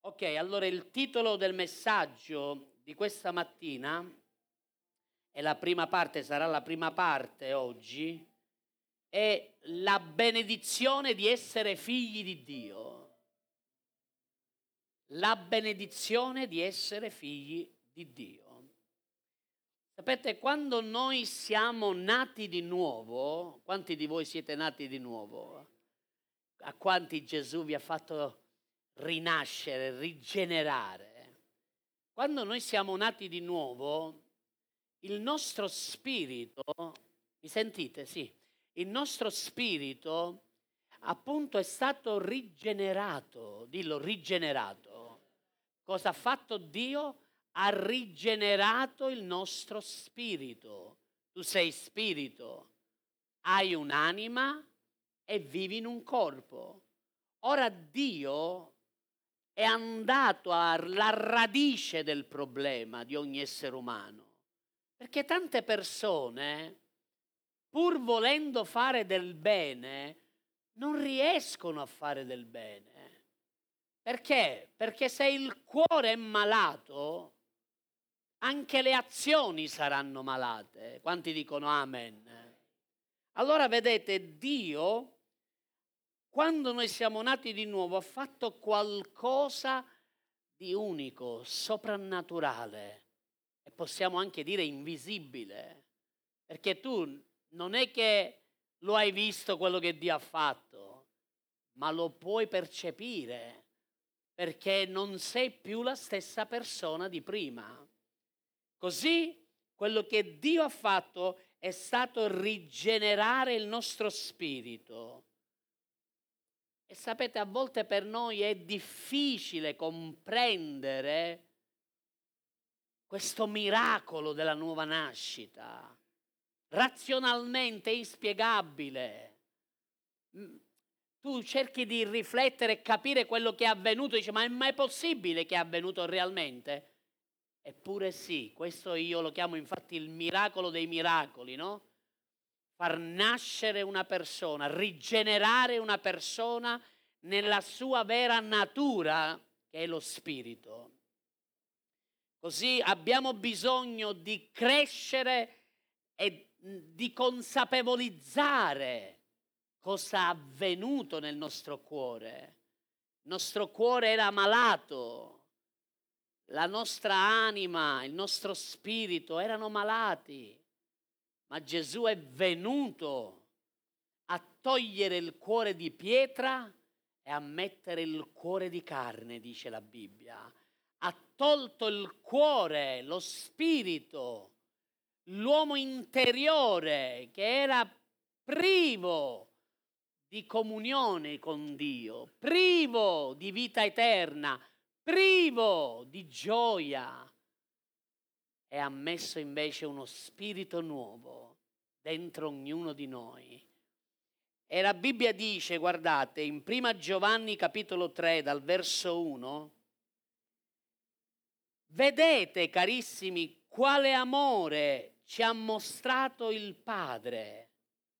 Ok, allora il titolo del messaggio di questa mattina è la prima parte, sarà la prima parte oggi, è la benedizione di essere figli di Dio. La benedizione di essere figli di Dio. Sapete, quando noi siamo nati di nuovo, quanti di voi siete nati di nuovo? A quanti Gesù vi ha fatto rinascere, rigenerare? Quando noi siamo nati di nuovo, il nostro spirito, mi sentite? Sì, il nostro spirito appunto è stato rigenerato, dillo rigenerato. Cosa ha fatto Dio? Ha rigenerato il nostro spirito. Tu sei spirito, hai un'anima e vivi in un corpo. Ora Dio è andato alla radice del problema di ogni essere umano, perché tante persone, pur volendo fare del bene, non riescono a fare del bene. Perché? Perché se il cuore è malato, anche le azioni saranno malate. Quanti dicono amen? Allora vedete, Dio, quando noi siamo nati di nuovo, ha fatto qualcosa di unico, soprannaturale e possiamo anche dire invisibile, perché tu non è che lo hai visto quello che Dio ha fatto, ma lo puoi percepire, perché non sei più la stessa persona di prima. Così quello che Dio ha fatto è stato rigenerare il nostro spirito. E sapete, a volte per noi è difficile comprendere questo miracolo della nuova nascita. Razionalmente inspiegabile. Tu cerchi di riflettere e capire quello che è avvenuto, dici, ma è mai possibile che è avvenuto realmente? Eppure sì, questo io lo chiamo infatti il miracolo dei miracoli, no? Far nascere una persona, rigenerare una persona nella sua vera natura, che è lo spirito. Così abbiamo bisogno di crescere e di consapevolizzare cosa è avvenuto nel nostro cuore. Il nostro cuore era malato, la nostra anima, il nostro spirito erano malati, ma Gesù è venuto a togliere il cuore di pietra e a mettere il cuore di carne, dice la Bibbia. Ha tolto il cuore, lo spirito, l'uomo interiore che era privo di comunione con Dio, privo di vita eterna, privo di gioia, e ha messo invece uno spirito nuovo dentro ognuno di noi. E la Bibbia dice, guardate, in 1 Giovanni capitolo 3 dal verso 1, vedete carissimi quale amore ci ha mostrato il Padre,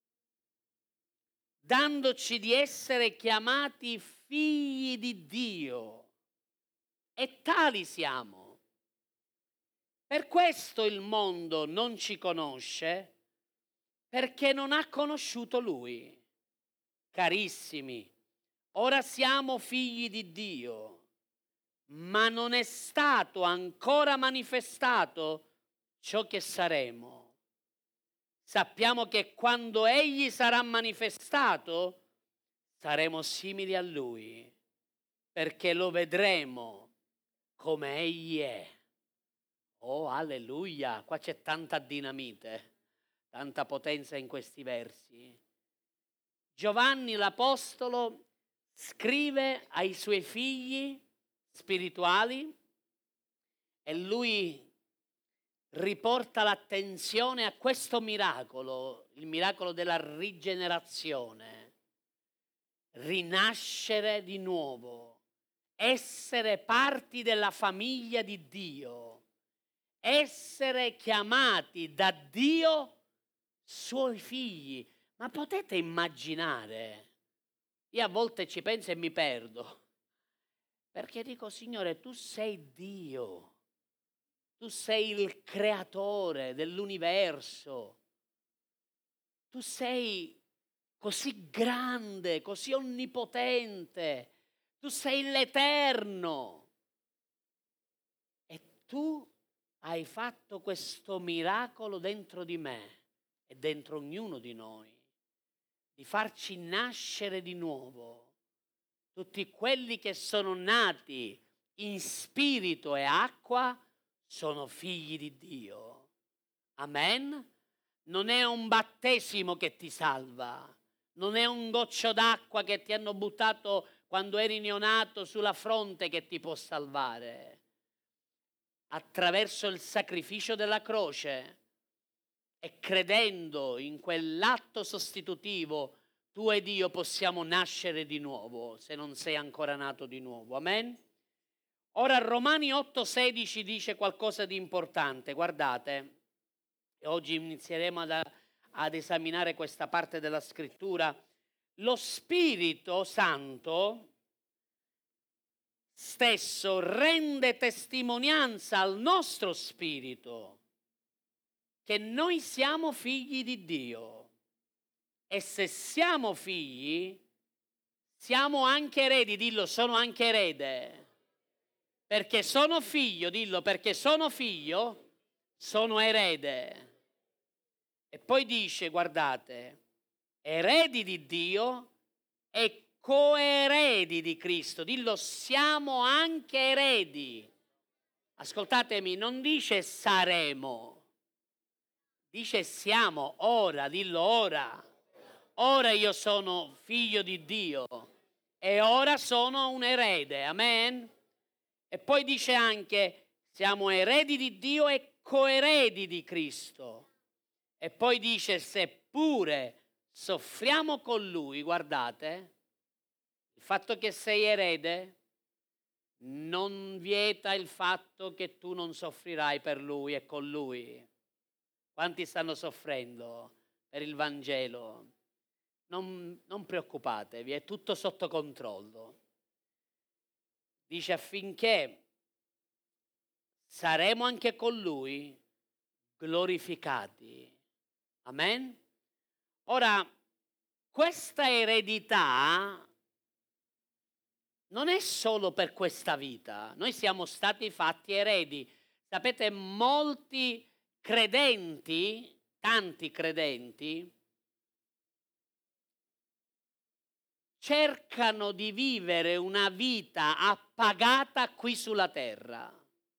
dandoci di essere chiamati figli di Dio, e tali siamo. Per questo il mondo non ci conosce, perché non ha conosciuto Lui. Carissimi, ora siamo figli di Dio, ma non è stato ancora manifestato ciò che saremo. Sappiamo che quando Egli sarà manifestato, saremo simili a Lui, perché lo vedremo come Egli è. Oh, alleluia, qua c'è tanta dinamite, tanta potenza in questi versi. Giovanni l'Apostolo scrive ai suoi figli spirituali e lui riporta l'attenzione a questo miracolo, il miracolo della rigenerazione, rinascere di nuovo, essere parti della famiglia di Dio, essere chiamati da Dio suoi figli. Ma potete immaginare? Io a volte ci penso e mi perdo, Perché dico, Signore, tu sei Dio, tu sei il creatore dell'universo, tu sei così grande, così onnipotente, tu sei l'Eterno e tu hai fatto questo miracolo dentro di me e dentro ognuno di noi, di farci nascere di nuovo. Tutti quelli che sono nati in spirito e acqua sono figli di Dio. Amen? Non è un battesimo che ti salva, non è un goccio d'acqua che ti hanno buttato quando eri neonato sulla fronte che ti può salvare. Attraverso il sacrificio della croce e credendo in quell'atto sostitutivo, tu ed io possiamo nascere di nuovo, se non sei ancora nato di nuovo. Amen? Ora Romani 8,16 dice qualcosa di importante, guardate, e oggi inizieremo ad esaminare questa parte della scrittura. Lo Spirito Santo stesso rende testimonianza al nostro spirito che noi siamo figli di Dio. E se siamo figli, siamo anche eredi. Dillo, sono anche erede. Perché sono figlio, dillo, perché sono figlio, sono erede. E poi dice, guardate, eredi di Dio e coeredi di Cristo. Dillo, siamo anche eredi. Ascoltatemi, non dice saremo, dice siamo ora, dillo ora. Ora io sono figlio di Dio e ora sono un erede, amen? E poi dice anche, siamo eredi di Dio e coeredi di Cristo. E poi dice, seppure soffriamo con Lui, guardate, il fatto che sei erede non vieta il fatto che tu non soffrirai per Lui e con Lui. Quanti stanno soffrendo per il Vangelo? Non preoccupatevi, è tutto sotto controllo. Dice affinché saremo anche con Lui glorificati. Amen? Ora, questa eredità non è solo per questa vita. Noi siamo stati fatti eredi. Sapete, molti credenti, tanti credenti, cercano di vivere una vita appagata qui sulla terra.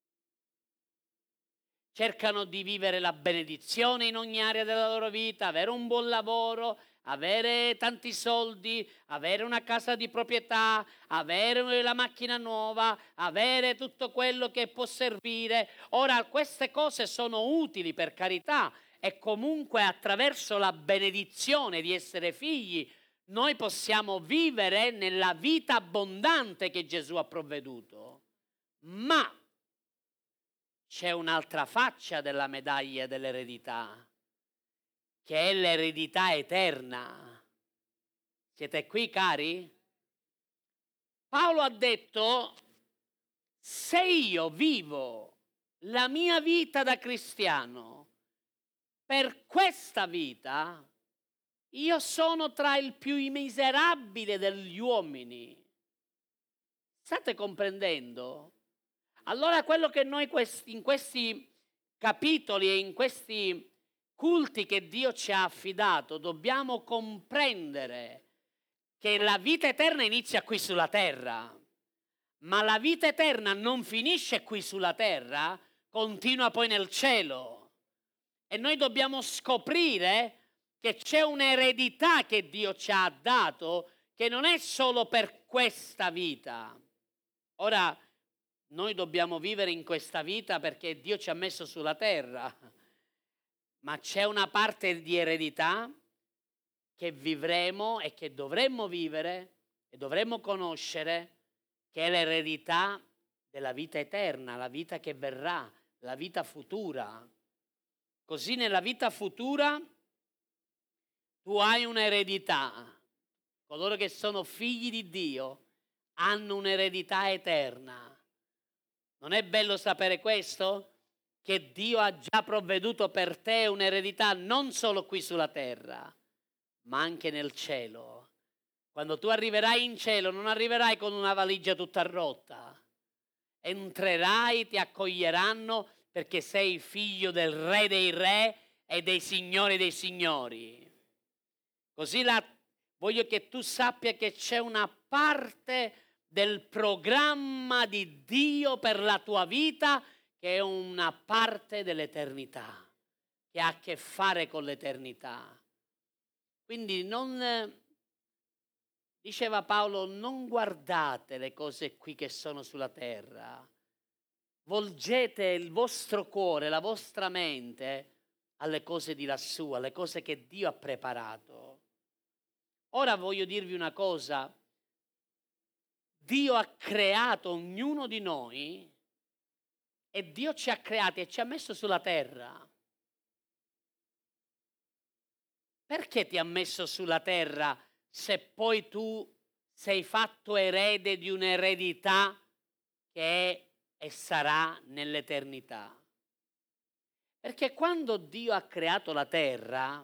Cercano di vivere la benedizione in ogni area della loro vita, avere un buon lavoro, avere tanti soldi, avere una casa di proprietà, avere la macchina nuova, avere tutto quello che può servire. Ora, queste cose sono utili, per carità, e comunque attraverso la benedizione di essere figli noi possiamo vivere nella vita abbondante che Gesù ha provveduto. Ma c'è un'altra faccia della medaglia dell'eredità, che è l'eredità eterna. Siete qui, cari? Paolo ha detto, se io vivo la mia vita da cristiano per questa vita, io sono tra il più miserabile degli uomini. State comprendendo? Allora quello che noi in questi capitoli e in questi culti che Dio ci ha affidato dobbiamo comprendere che la vita eterna inizia qui sulla terra, ma la vita eterna non finisce qui sulla terra, continua poi nel cielo. E noi dobbiamo scoprire che c'è un'eredità che Dio ci ha dato che non è solo per questa vita. Ora, noi dobbiamo vivere in questa vita perché Dio ci ha messo sulla terra, ma c'è una parte di eredità che vivremo e che dovremmo vivere e dovremmo conoscere, che è l'eredità della vita eterna, la vita che verrà, la vita futura. Così nella vita futura tu hai un'eredità. Coloro che sono figli di Dio hanno un'eredità eterna. Non è bello sapere questo? Che Dio ha già provveduto per te un'eredità non solo qui sulla terra, ma anche nel cielo. Quando tu arriverai in cielo non arriverai con una valigia tutta rotta. Entrerai, ti accoglieranno perché sei figlio del Re dei Re e dei Signori. Così voglio che tu sappia che c'è una parte del programma di Dio per la tua vita che è una parte dell'eternità, che ha a che fare con l'eternità. Quindi diceva Paolo, non guardate le cose qui che sono sulla terra, volgete il vostro cuore, la vostra mente alle cose di lassù, alle cose che Dio ha preparato. Ora voglio dirvi una cosa, Dio ha creato ognuno di noi e Dio ci ha creati e ci ha messo sulla terra. Perché ti ha messo sulla terra se poi tu sei fatto erede di un'eredità che è e sarà nell'eternità? Perché quando Dio ha creato la terra,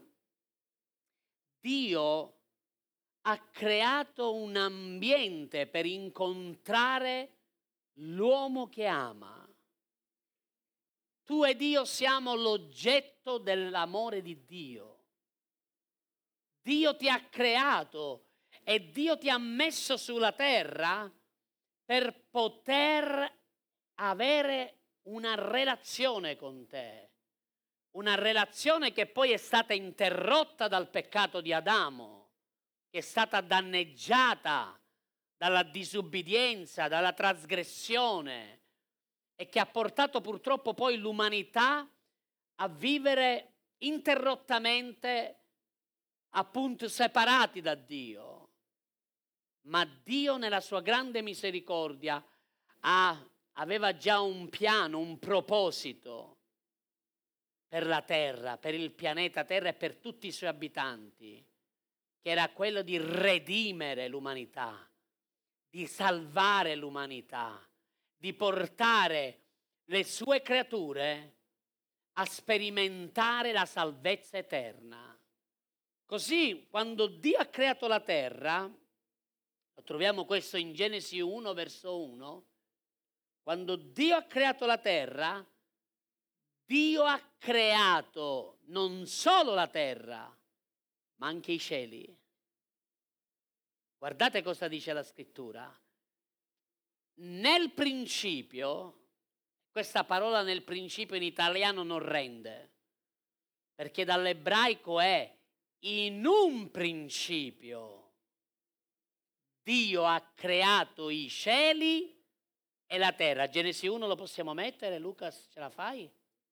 Dio ha creato un ambiente per incontrare l'uomo che ama. Tu ed io siamo l'oggetto dell'amore di Dio. Dio ti ha creato e Dio ti ha messo sulla terra per poter avere una relazione con te. Una relazione che poi è stata interrotta dal peccato di Adamo, che è stata danneggiata dalla disubbidienza, dalla trasgressione e che ha portato purtroppo poi l'umanità a vivere interrottamente, appunto, separati da Dio. Ma Dio nella sua grande misericordia aveva già un piano, un proposito per la terra, per il pianeta Terra e per tutti i suoi abitanti, che era quello di redimere l'umanità, di salvare l'umanità, di portare le sue creature a sperimentare la salvezza eterna. Così, quando Dio ha creato la terra, troviamo questo in Genesi 1, verso 1, quando Dio ha creato la terra, Dio ha creato non solo la terra, ma anche i cieli. Guardate cosa dice la scrittura. Nel principio, questa parola nel principio in italiano non rende, perché dall'ebraico è in un principio. Dio ha creato i cieli e la terra. Genesi 1 lo possiamo mettere? Lucas, ce la fai?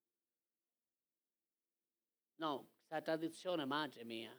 No, questa traduzione madre mia.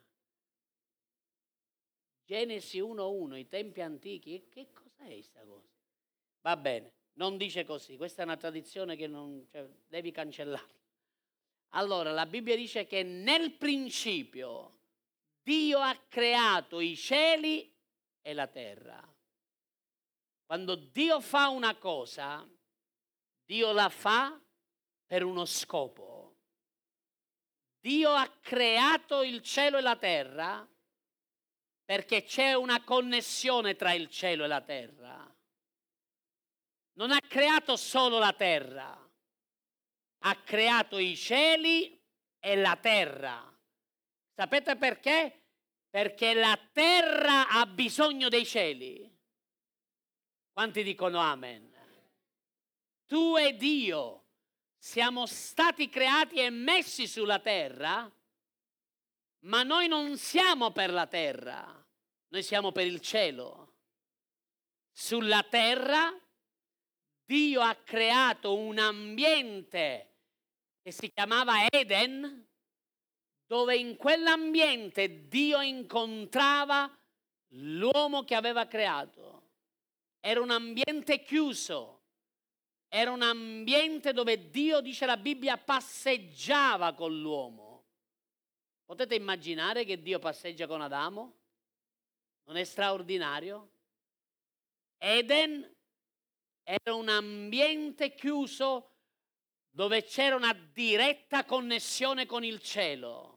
Genesi 1:1, i tempi antichi. Che cos'è questa cosa? Va bene, non dice così. Questa è una tradizione che non, cioè, devi cancellarla. Allora, la Bibbia dice che nel principio Dio ha creato i cieli e la terra. Quando Dio fa una cosa, Dio la fa per uno scopo. Dio ha creato il cielo e la terra perché c'è una connessione tra il cielo e la terra. Non ha creato solo la terra, ha creato i cieli e la terra. Sapete perché? Perché la terra ha bisogno dei cieli. Quanti dicono amen? Tu e Dio siamo stati creati e messi sulla terra, ma noi non siamo per la terra, noi siamo per il cielo. Sulla terra Dio ha creato un ambiente che si chiamava Eden, dove in quell'ambiente Dio incontrava l'uomo che aveva creato. Era un ambiente chiuso, era un ambiente dove Dio, dice la Bibbia, passeggiava con l'uomo. Potete immaginare che Dio passeggia con Adamo? Non è straordinario? Eden era un ambiente chiuso dove c'era una diretta connessione con il cielo.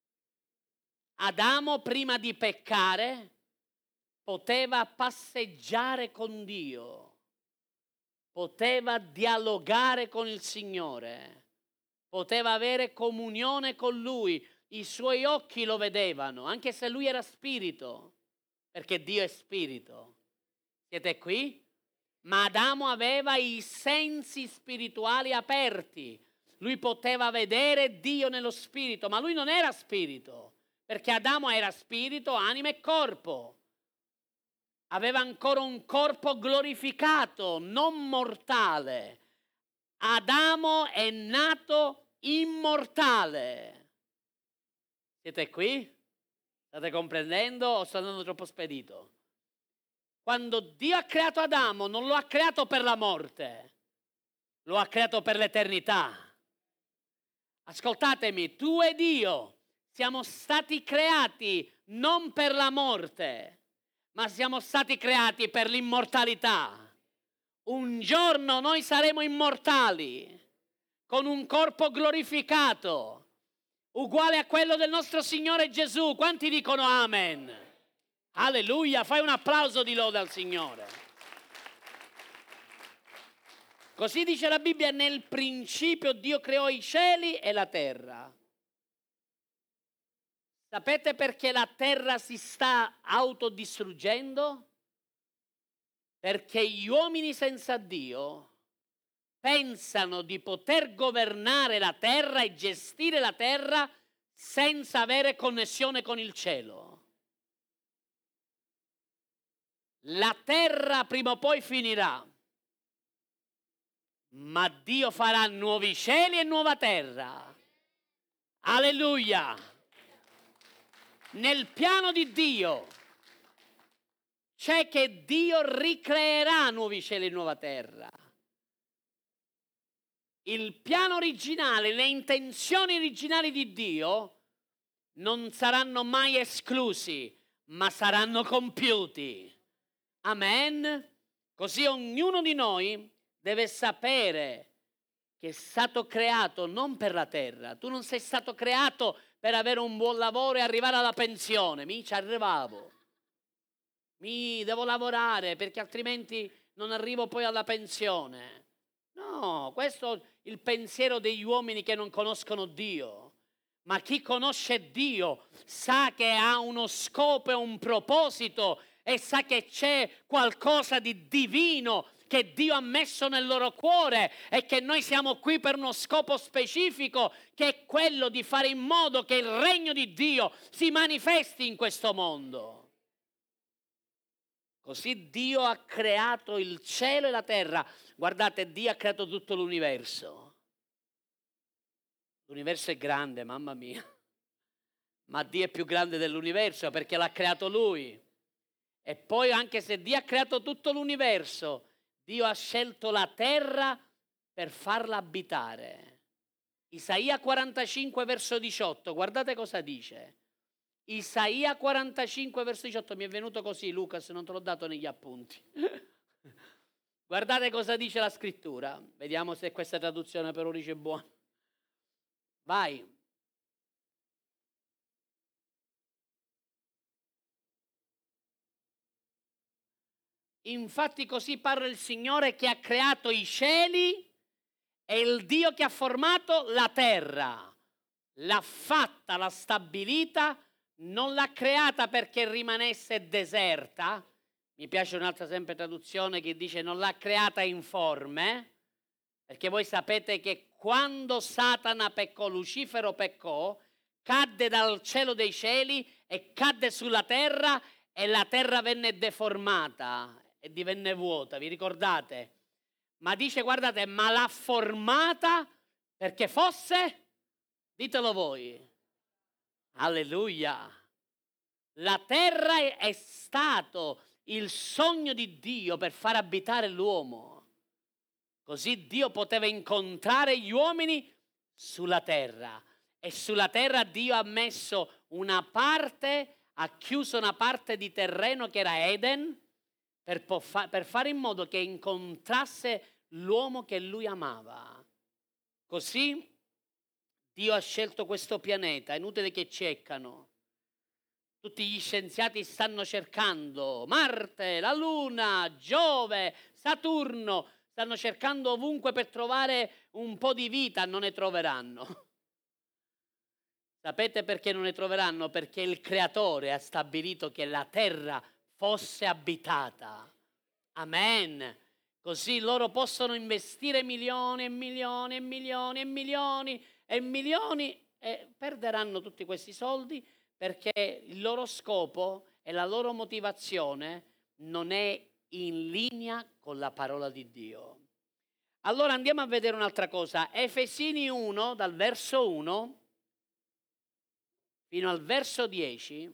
Adamo, prima di peccare, poteva passeggiare con Dio, poteva dialogare con il Signore, poteva avere comunione con Lui. I suoi occhi lo vedevano, anche se lui era spirito, perché Dio è spirito. Siete qui? Ma Adamo aveva i sensi spirituali aperti. Lui poteva vedere Dio nello spirito, ma lui non era spirito, perché Adamo era spirito, anima e corpo. Aveva ancora un corpo glorificato, non mortale. Adamo è nato immortale. Siete qui? State comprendendo o sto andando troppo spedito? Quando Dio ha creato Adamo, non lo ha creato per la morte, lo ha creato per l'eternità. Ascoltatemi, tu ed io siamo stati creati non per la morte, ma siamo stati creati per l'immortalità. Un giorno noi saremo immortali, con un corpo glorificato, uguale a quello del nostro Signore Gesù. Quanti dicono amen? Alleluia, fai un applauso di lode al Signore. Così dice la Bibbia: nel principio Dio creò i cieli e la terra. Sapete perché la terra si sta autodistruggendo? Perché gli uomini senza Dio pensano di poter governare la terra e gestire la terra senza avere connessione con il cielo. La terra prima o poi finirà, ma Dio farà nuovi cieli e nuova terra. Alleluia! Nel piano di Dio c'è che Dio ricreerà nuovi cieli e nuova terra. Il piano originale, le intenzioni originali di Dio non saranno mai esclusi, ma saranno compiuti. Amen? Così ognuno di noi deve sapere che è stato creato non per la terra. Tu non sei stato creato per avere un buon lavoro e arrivare alla pensione. Mi ci arrivavo. Mi devo lavorare perché altrimenti non arrivo poi alla pensione. No, questo è il pensiero degli uomini che non conoscono Dio. Ma chi conosce Dio sa che ha uno scopo e un proposito e sa che c'è qualcosa di divino che Dio ha messo nel loro cuore e che noi siamo qui per uno scopo specifico, che è quello di fare in modo che il regno di Dio si manifesti in questo mondo. Così Dio ha creato il cielo e la terra. Guardate, Dio ha creato tutto l'universo. L'universo è grande, mamma mia. Ma Dio è più grande dell'universo perché l'ha creato Lui. E poi, anche se Dio ha creato tutto l'universo, Dio ha scelto la terra per farla abitare. Isaia 45 verso 18, guardate cosa dice. Isaia 45 verso 18, mi è venuto così, Lucas, non te l'ho dato negli appunti. Guardate cosa dice la scrittura. Vediamo se questa traduzione per ora è buona. Vai. Infatti così parla il Signore che ha creato i cieli e il Dio che ha formato la terra. L'ha fatta, l'ha stabilita, non l'ha creata perché rimanesse deserta. Mi piace un'altra sempre traduzione che dice non l'ha creata informe, perché voi sapete che quando Satana peccò, Lucifero peccò, cadde dal cielo dei cieli e cadde sulla terra e la terra venne deformata e divenne vuota, vi ricordate? Ma dice, guardate, ma l'ha formata perché fosse, ditelo voi, alleluia. La terra è stato il sogno di Dio per far abitare l'uomo. Così Dio poteva incontrare gli uomini sulla terra. E sulla terra Dio ha messo una parte, ha chiuso una parte di terreno che era Eden, per fare in modo che incontrasse l'uomo che lui amava. Così Dio ha scelto questo pianeta, è inutile che cercano. Tutti gli scienziati stanno cercando Marte, la Luna, Giove, Saturno, stanno cercando ovunque per trovare un po' di vita, non ne troveranno. Sapete perché non ne troveranno? Perché il Creatore ha stabilito che la terra fosse abitata. Amen. Così loro possono investire milioni e milioni e milioni e milioni e milioni e perderanno tutti questi soldi perché il loro scopo e la loro motivazione non è in linea con la parola di Dio. Allora andiamo a vedere un'altra cosa. Efesini 1, dal verso 1 fino al verso 10.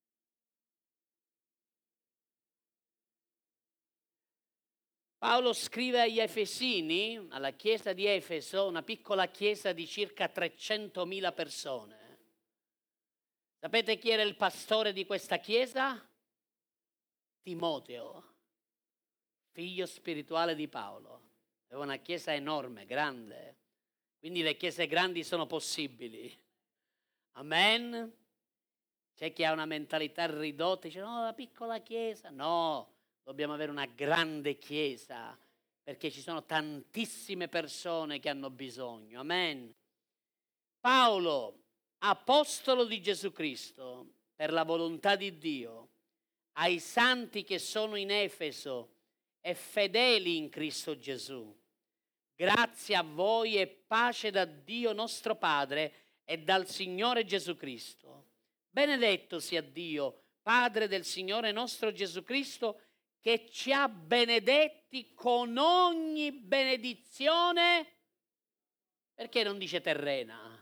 Paolo scrive agli Efesini, alla chiesa di Efeso, una piccola chiesa di circa 300.000 persone. Sapete chi era il pastore di questa chiesa? Timoteo, figlio spirituale di Paolo. Aveva una chiesa enorme, grande. Quindi le chiese grandi sono possibili. Amen. C'è chi ha una mentalità ridotta e dice no, la piccola chiesa. No, dobbiamo avere una grande chiesa perché ci sono tantissime persone che hanno bisogno. Amen. Paolo, apostolo di Gesù Cristo, per la volontà di Dio, ai santi che sono in Efeso e fedeli in Cristo Gesù. Grazie a voi e pace da Dio nostro Padre e dal Signore Gesù Cristo. Benedetto sia Dio, Padre del Signore nostro Gesù Cristo, che ci ha benedetti con ogni benedizione. Perché non dice terrena?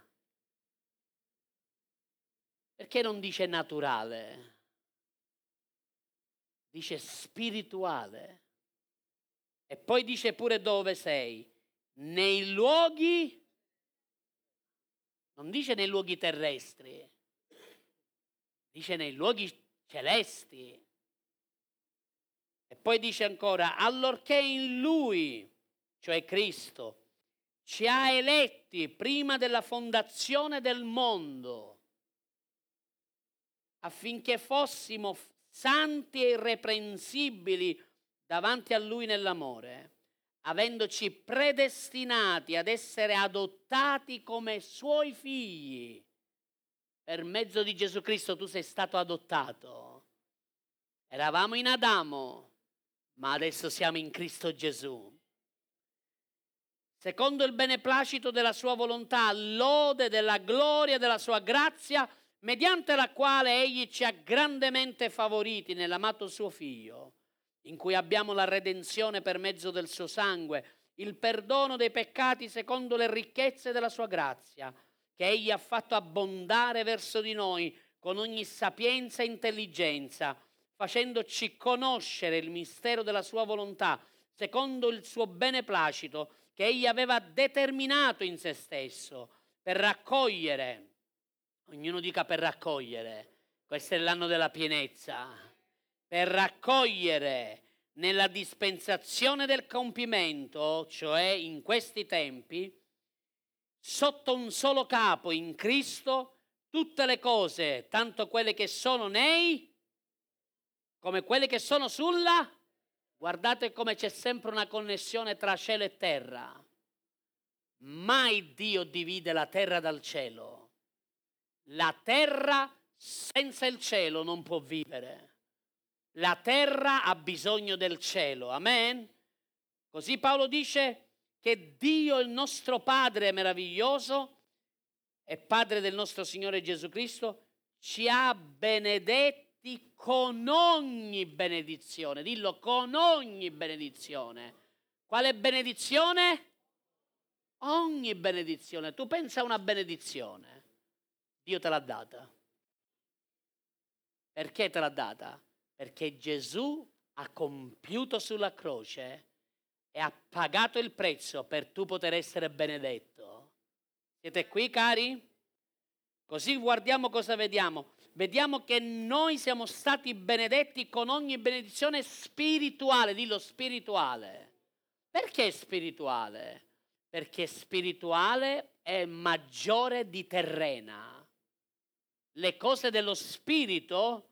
Perché non dice naturale? Dice spirituale. E poi dice pure dove sei. Nei luoghi, non dice nei luoghi terrestri, dice nei luoghi celesti. E poi dice ancora, allorché in Lui, cioè Cristo, ci ha eletti prima della fondazione del mondo, affinché fossimo santi e irreprensibili davanti a Lui nell'amore, avendoci predestinati ad essere adottati come Suoi figli. Per mezzo di Gesù Cristo tu sei stato adottato. Eravamo in Adamo, ma adesso siamo in Cristo Gesù. Secondo il beneplacito della sua volontà, lode della gloria della sua grazia, mediante la quale Egli ci ha grandemente favoriti nell'amato suo Figlio, in cui abbiamo la redenzione per mezzo del suo sangue, il perdono dei peccati secondo le ricchezze della sua grazia, che Egli ha fatto abbondare verso di noi con ogni sapienza e intelligenza, facendoci conoscere il mistero della sua volontà, secondo il suo beneplacito, che Egli aveva determinato in se stesso, per raccogliere, ognuno dica per raccogliere, questo è l'anno della pienezza, per raccogliere nella dispensazione del compimento, cioè in questi tempi, sotto un solo capo in Cristo, tutte le cose, tanto quelle che sono nei, come quelle che sono sulla. Guardate come c'è sempre una connessione tra cielo e terra. Mai Dio divide la terra dal cielo. La terra senza il cielo non può vivere. La terra ha bisogno del cielo. Amen? Così Paolo dice che Dio, il nostro Padre meraviglioso e Padre del nostro Signore Gesù Cristo, ci ha benedetti con ogni benedizione. Dillo, con ogni benedizione. Quale benedizione? Ogni benedizione. Tu pensa a una benedizione. Dio te l'ha data. Perché te l'ha data? Perché Gesù ha compiuto sulla croce e ha pagato il prezzo per tu poter essere benedetto. Siete qui, cari? Così guardiamo cosa vediamo. vediamo che noi siamo stati benedetti con ogni benedizione spirituale, dillo spirituale. Perché spirituale? Perché spirituale è maggiore di terrena. Le cose dello spirito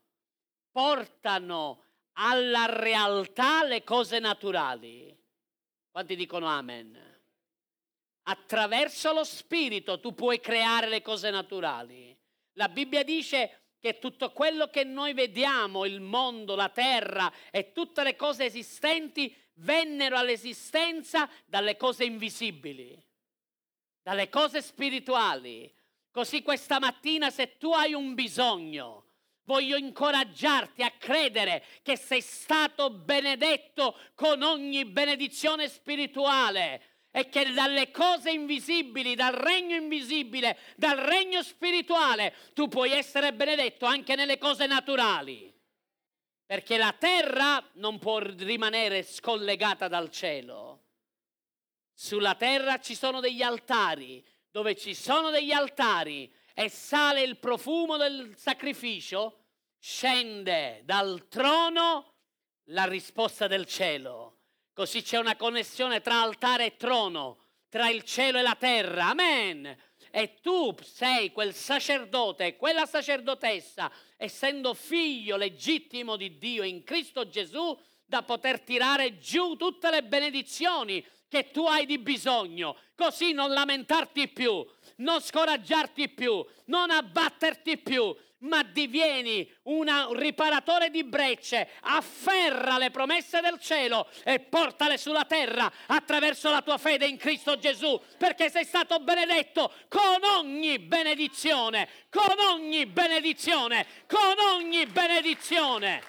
portano alla realtà le cose naturali. Quanti dicono amen? Attraverso lo spirito tu puoi creare le cose naturali. La Bibbia dice che tutto quello che noi vediamo, il mondo, la terra e tutte le cose esistenti vennero all'esistenza dalle cose invisibili, dalle cose spirituali. Così questa mattina, se tu hai un bisogno, voglio incoraggiarti a credere che sei stato benedetto con ogni benedizione spirituale e che dalle cose invisibili, dal regno invisibile, dal regno spirituale, tu puoi essere benedetto anche nelle cose naturali. Perché la terra non può rimanere scollegata dal cielo. Sulla terra ci sono degli altari. Dove ci sono degli altari e sale il profumo del sacrificio, scende dal trono la risposta del cielo. Così c'è una connessione tra altare e trono, tra il cielo e la terra. Amen. E tu sei quel sacerdote, quella sacerdotessa, essendo figlio legittimo di Dio in Cristo Gesù, da poter tirare giù tutte le benedizioni che tu hai di bisogno, così non lamentarti più, non scoraggiarti più, non abbatterti più, ma divieni un riparatore di brecce, afferra le promesse del cielo e portale sulla terra attraverso la tua fede in Cristo Gesù, perché sei stato benedetto con ogni benedizione, con ogni benedizione, con ogni benedizione.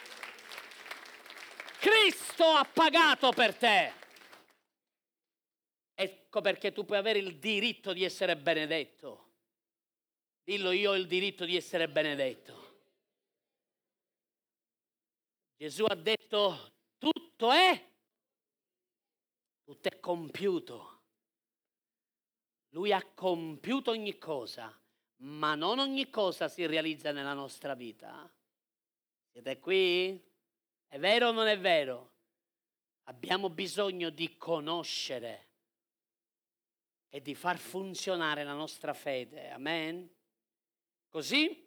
Cristo ha pagato per te. Ecco perché tu puoi avere il diritto di essere benedetto. Dillo, io ho il diritto di essere benedetto. Gesù ha detto, tutto è compiuto. Lui ha compiuto ogni cosa, ma non ogni cosa si realizza nella nostra vita. Siete qui? È vero o non è vero? Abbiamo bisogno di conoscere e di far funzionare la nostra fede. Amen? Così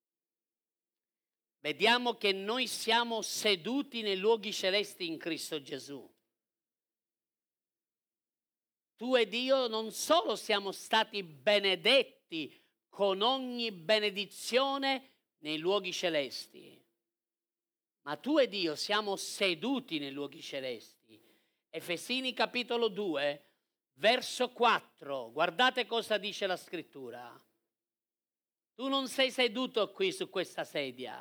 vediamo che noi siamo seduti nei luoghi celesti in Cristo Gesù. Tu ed io non solo siamo stati benedetti con ogni benedizione nei luoghi celesti, ma tu ed io siamo seduti nei luoghi celesti. Efesini capitolo 2, verso 4, guardate cosa dice la scrittura. Tu non sei seduto qui su questa sedia,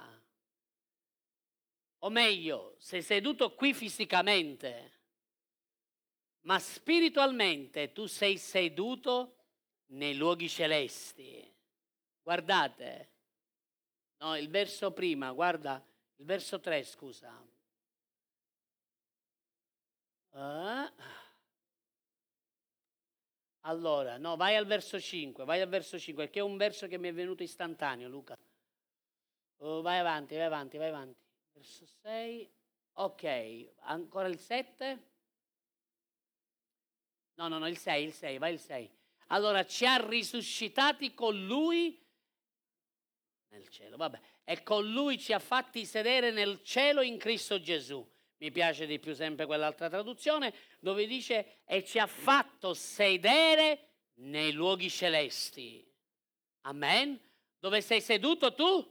o meglio, sei seduto qui fisicamente, ma spiritualmente tu sei seduto nei luoghi celesti. Guardate, no, il verso prima, guarda, il verso 3, scusa. Allora, no, vai al verso 5, perché è un verso che mi è venuto istantaneo, Luca. Vai avanti. Verso 6, ok, ancora il 7. No, il 6, vai il 6. Allora, ci ha risuscitati con lui nel cielo, vabbè, e con lui ci ha fatti sedere nel cielo in Cristo Gesù. Mi piace di più sempre quell'altra traduzione, dove dice, e ci ha fatto sedere nei luoghi celesti. Amen? Dove sei seduto tu?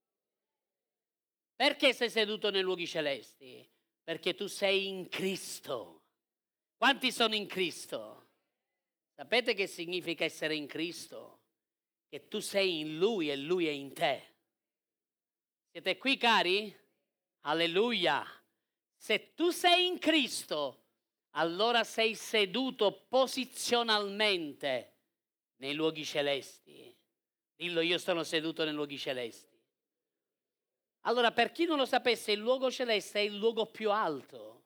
Perché sei seduto nei luoghi celesti? Perché tu sei in Cristo. Quanti sono in Cristo? Sapete che significa essere in Cristo? Che tu sei in Lui e Lui è in te. Siete qui, cari? Alleluia! Se tu sei in Cristo, allora sei seduto posizionalmente nei luoghi celesti. Dillo, io sono seduto nei luoghi celesti. Allora, per chi non lo sapesse, il luogo celeste è il luogo più alto.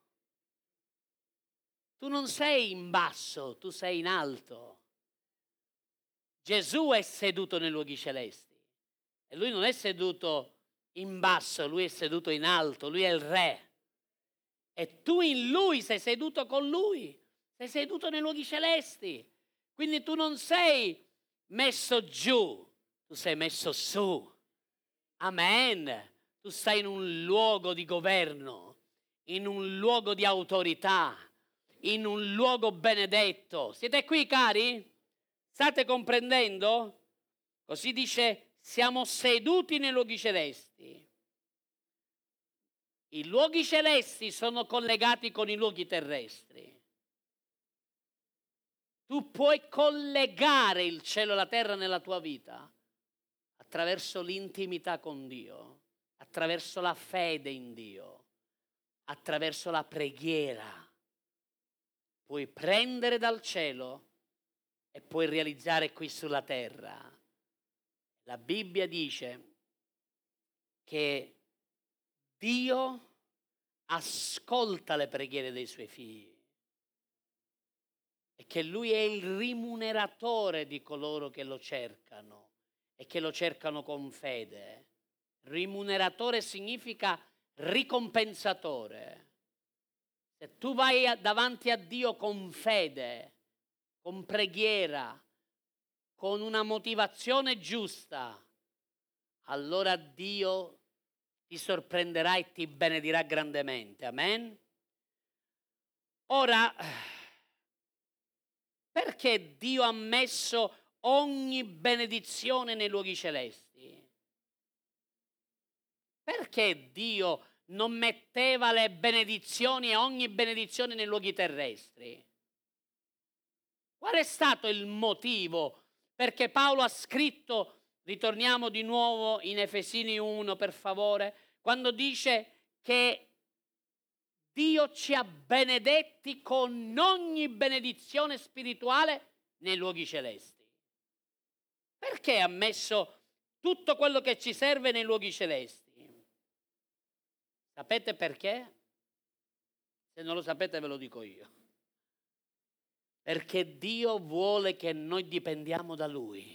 Tu non sei in basso, tu sei in alto. Gesù è seduto nei luoghi celesti. E lui non è seduto in basso, lui è seduto in alto, lui è il re. E tu in lui sei seduto con lui, sei seduto nei luoghi celesti. Quindi tu non sei messo giù, tu sei messo su. Amen. Tu stai in un luogo di governo, in un luogo di autorità, in un luogo benedetto. Siete qui, cari? State comprendendo? Così dice, siamo seduti nei luoghi celesti. I luoghi celesti sono collegati con i luoghi terrestri. Tu puoi collegare il cielo e la terra nella tua vita attraverso l'intimità con Dio, attraverso la fede in Dio, attraverso la preghiera. Puoi prendere dal cielo e puoi realizzare qui sulla terra. La Bibbia dice che Dio ascolta le preghiere dei suoi figli e che Lui è il rimuneratore di coloro che lo cercano e che lo cercano con fede. Rimuneratore significa ricompensatore. Se tu vai davanti a Dio con fede, con preghiera, con una motivazione giusta, allora Dio ti sorprenderà e ti benedirà grandemente. Amen? Ora, perché Dio ha messo ogni benedizione nei luoghi celesti? Perché Dio non metteva le benedizioni e ogni benedizione nei luoghi terrestri? Qual è stato il motivo perché Paolo ha scritto, ritorniamo di nuovo in Efesini 1 per favore, quando dice che Dio ci ha benedetti con ogni benedizione spirituale nei luoghi celesti? Perché ha messo tutto quello che ci serve nei luoghi celesti? Sapete perché? Se non lo sapete ve lo dico io. Perché Dio vuole che noi dipendiamo da Lui.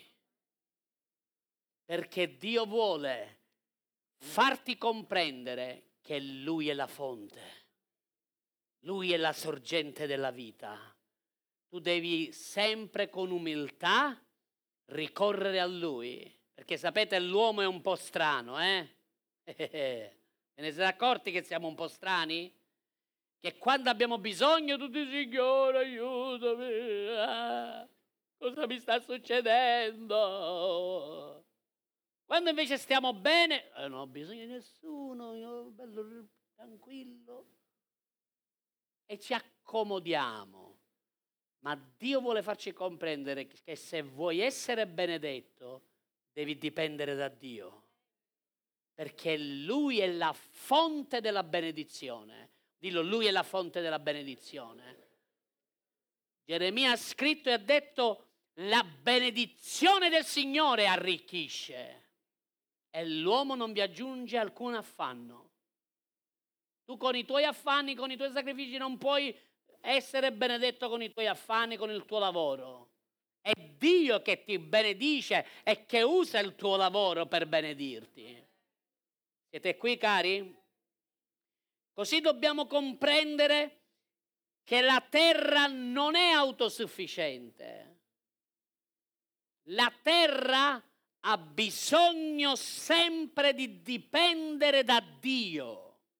Perché Dio vuole farti comprendere che Lui è la fonte. Lui è la sorgente della vita. Tu devi sempre con umiltà ricorrere a Lui. Perché sapete, l'uomo è un po' strano, eh? Ve ne siete accorti che siamo un po' strani? Che quando abbiamo bisogno tutti, Signore, aiutami, cosa mi sta succedendo? Quando invece stiamo bene, non ho bisogno di nessuno, io bello tranquillo, e ci accomodiamo. Ma Dio vuole farci comprendere che se vuoi essere benedetto, devi dipendere da Dio, perché Lui è la fonte della benedizione. Dillo, Lui è la fonte della benedizione. Geremia ha scritto e ha detto, la benedizione del Signore arricchisce e l'uomo non vi aggiunge alcun affanno. Tu con i tuoi affanni, con i tuoi sacrifici non puoi essere benedetto con i tuoi affanni, con il tuo lavoro. È Dio che ti benedice e che usa il tuo lavoro per benedirti. Siete qui, cari? Così dobbiamo comprendere che la terra non è autosufficiente. La terra ha bisogno sempre di dipendere da Dio.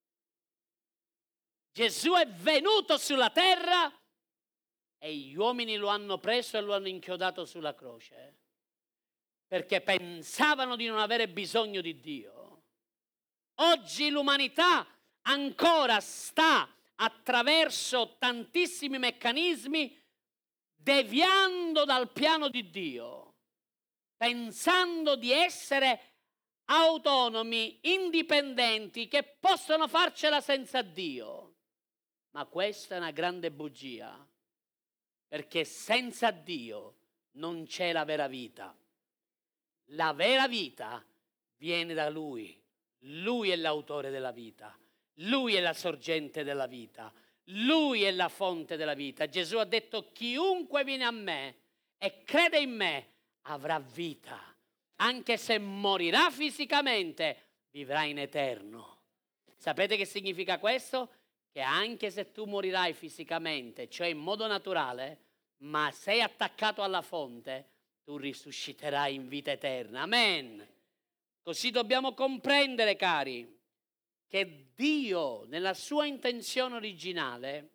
Gesù è venuto sulla terra e gli uomini lo hanno preso e lo hanno inchiodato sulla croce perché pensavano di non avere bisogno di Dio. Oggi l'umanità ancora sta attraverso tantissimi meccanismi deviando dal piano di Dio, pensando di essere autonomi, indipendenti, che possono farcela senza Dio. Ma questa è una grande bugia, perché senza Dio non c'è la vera vita. La vera vita viene da Lui. Lui è l'autore della vita. Lui è la sorgente della vita. Lui è la fonte della vita. Gesù ha detto, chiunque viene a me e crede in me avrà vita Anche se morirà fisicamente, vivrà in eterno. Sapete che significa questo? Che anche se tu morirai fisicamente, cioè in modo naturale, ma sei attaccato alla fonte, tu risusciterai in vita eterna. Amen. Così dobbiamo comprendere, cari, che Dio, nella sua intenzione originale,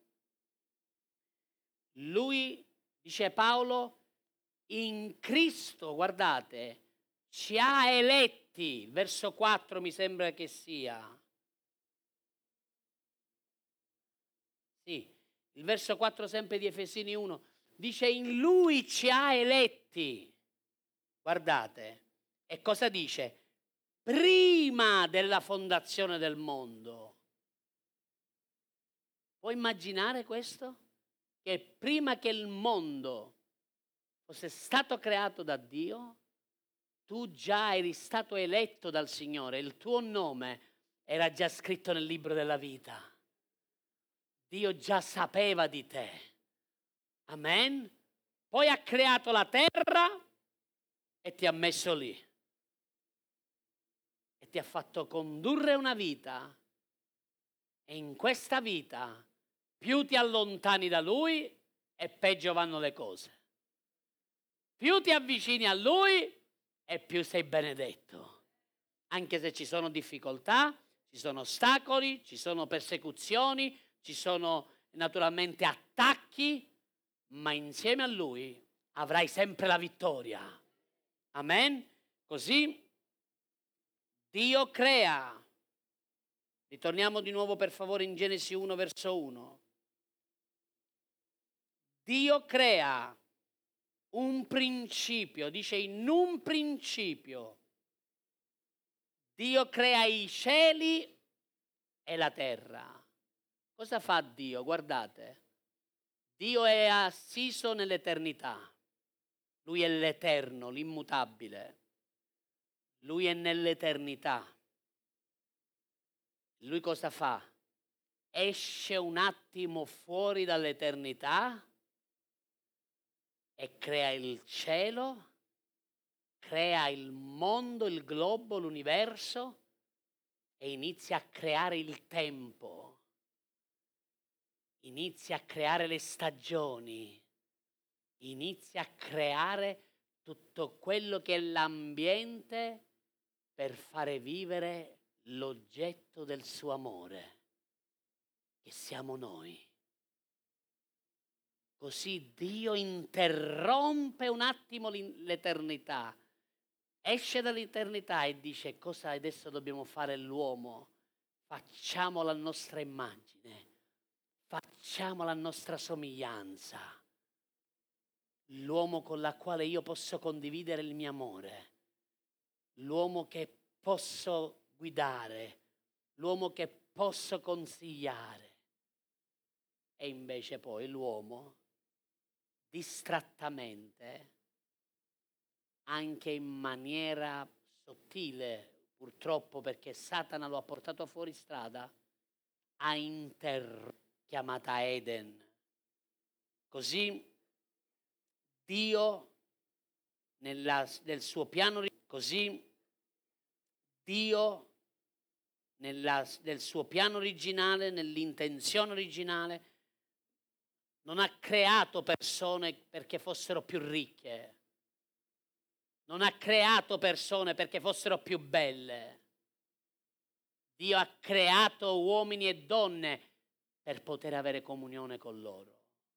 Lui, dice Paolo, in Cristo, guardate, ci ha eletti, verso 4 mi sembra che sia. Sì, il verso 4 sempre di Efesini 1, dice in Lui ci ha eletti. Guardate, e cosa dice? Prima della fondazione del mondo. Puoi immaginare questo? Che prima che il mondo fosse stato creato da Dio, tu già eri stato eletto dal Signore, il tuo nome era già scritto nel libro della vita. Dio già sapeva di te. Amen? Poi ha creato la terra e ti ha messo lì. E ti ha fatto condurre una vita. E in questa vita più ti allontani da Lui e peggio vanno le cose. Più ti avvicini a Lui e più sei benedetto. Anche se ci sono difficoltà, ci sono ostacoli, ci sono persecuzioni, ci sono naturalmente attacchi, ma insieme a Lui avrai sempre la vittoria. Amen? Così Dio crea. Ritorniamo di nuovo per favore in Genesi 1 verso 1. Dio crea un principio, dice in un principio. Dio crea i cieli e la terra. Cosa fa Dio? Guardate, Dio è assiso nell'eternità. Lui è l'eterno, l'immutabile. Lui è nell'eternità. Lui cosa fa? Esce un attimo fuori dall'eternità e crea il cielo, crea il mondo, il globo, l'universo e inizia a creare il tempo, inizia a creare le stagioni, inizia a creare tutto quello che è l'ambiente per fare vivere l'oggetto del suo amore, che siamo noi. Così Dio interrompe un attimo l'eternità, esce dall'eternità e dice: cosa adesso dobbiamo fare l'uomo? Facciamo la nostra immagine, facciamo la nostra somiglianza, l'uomo con la quale io posso condividere il mio amore, l'uomo che posso guidare, l'uomo che posso consigliare. E invece poi l'uomo, distrattamente, anche in maniera sottile, purtroppo perché Satana lo ha portato fuori strada, ha chiamata Eden. Così Dio nel suo piano, così Dio nel suo piano originale, nell'intenzione originale, non ha creato persone perché fossero più ricche, non ha creato persone perché fossero più belle. Dio ha creato uomini e donne per poter avere comunione con loro,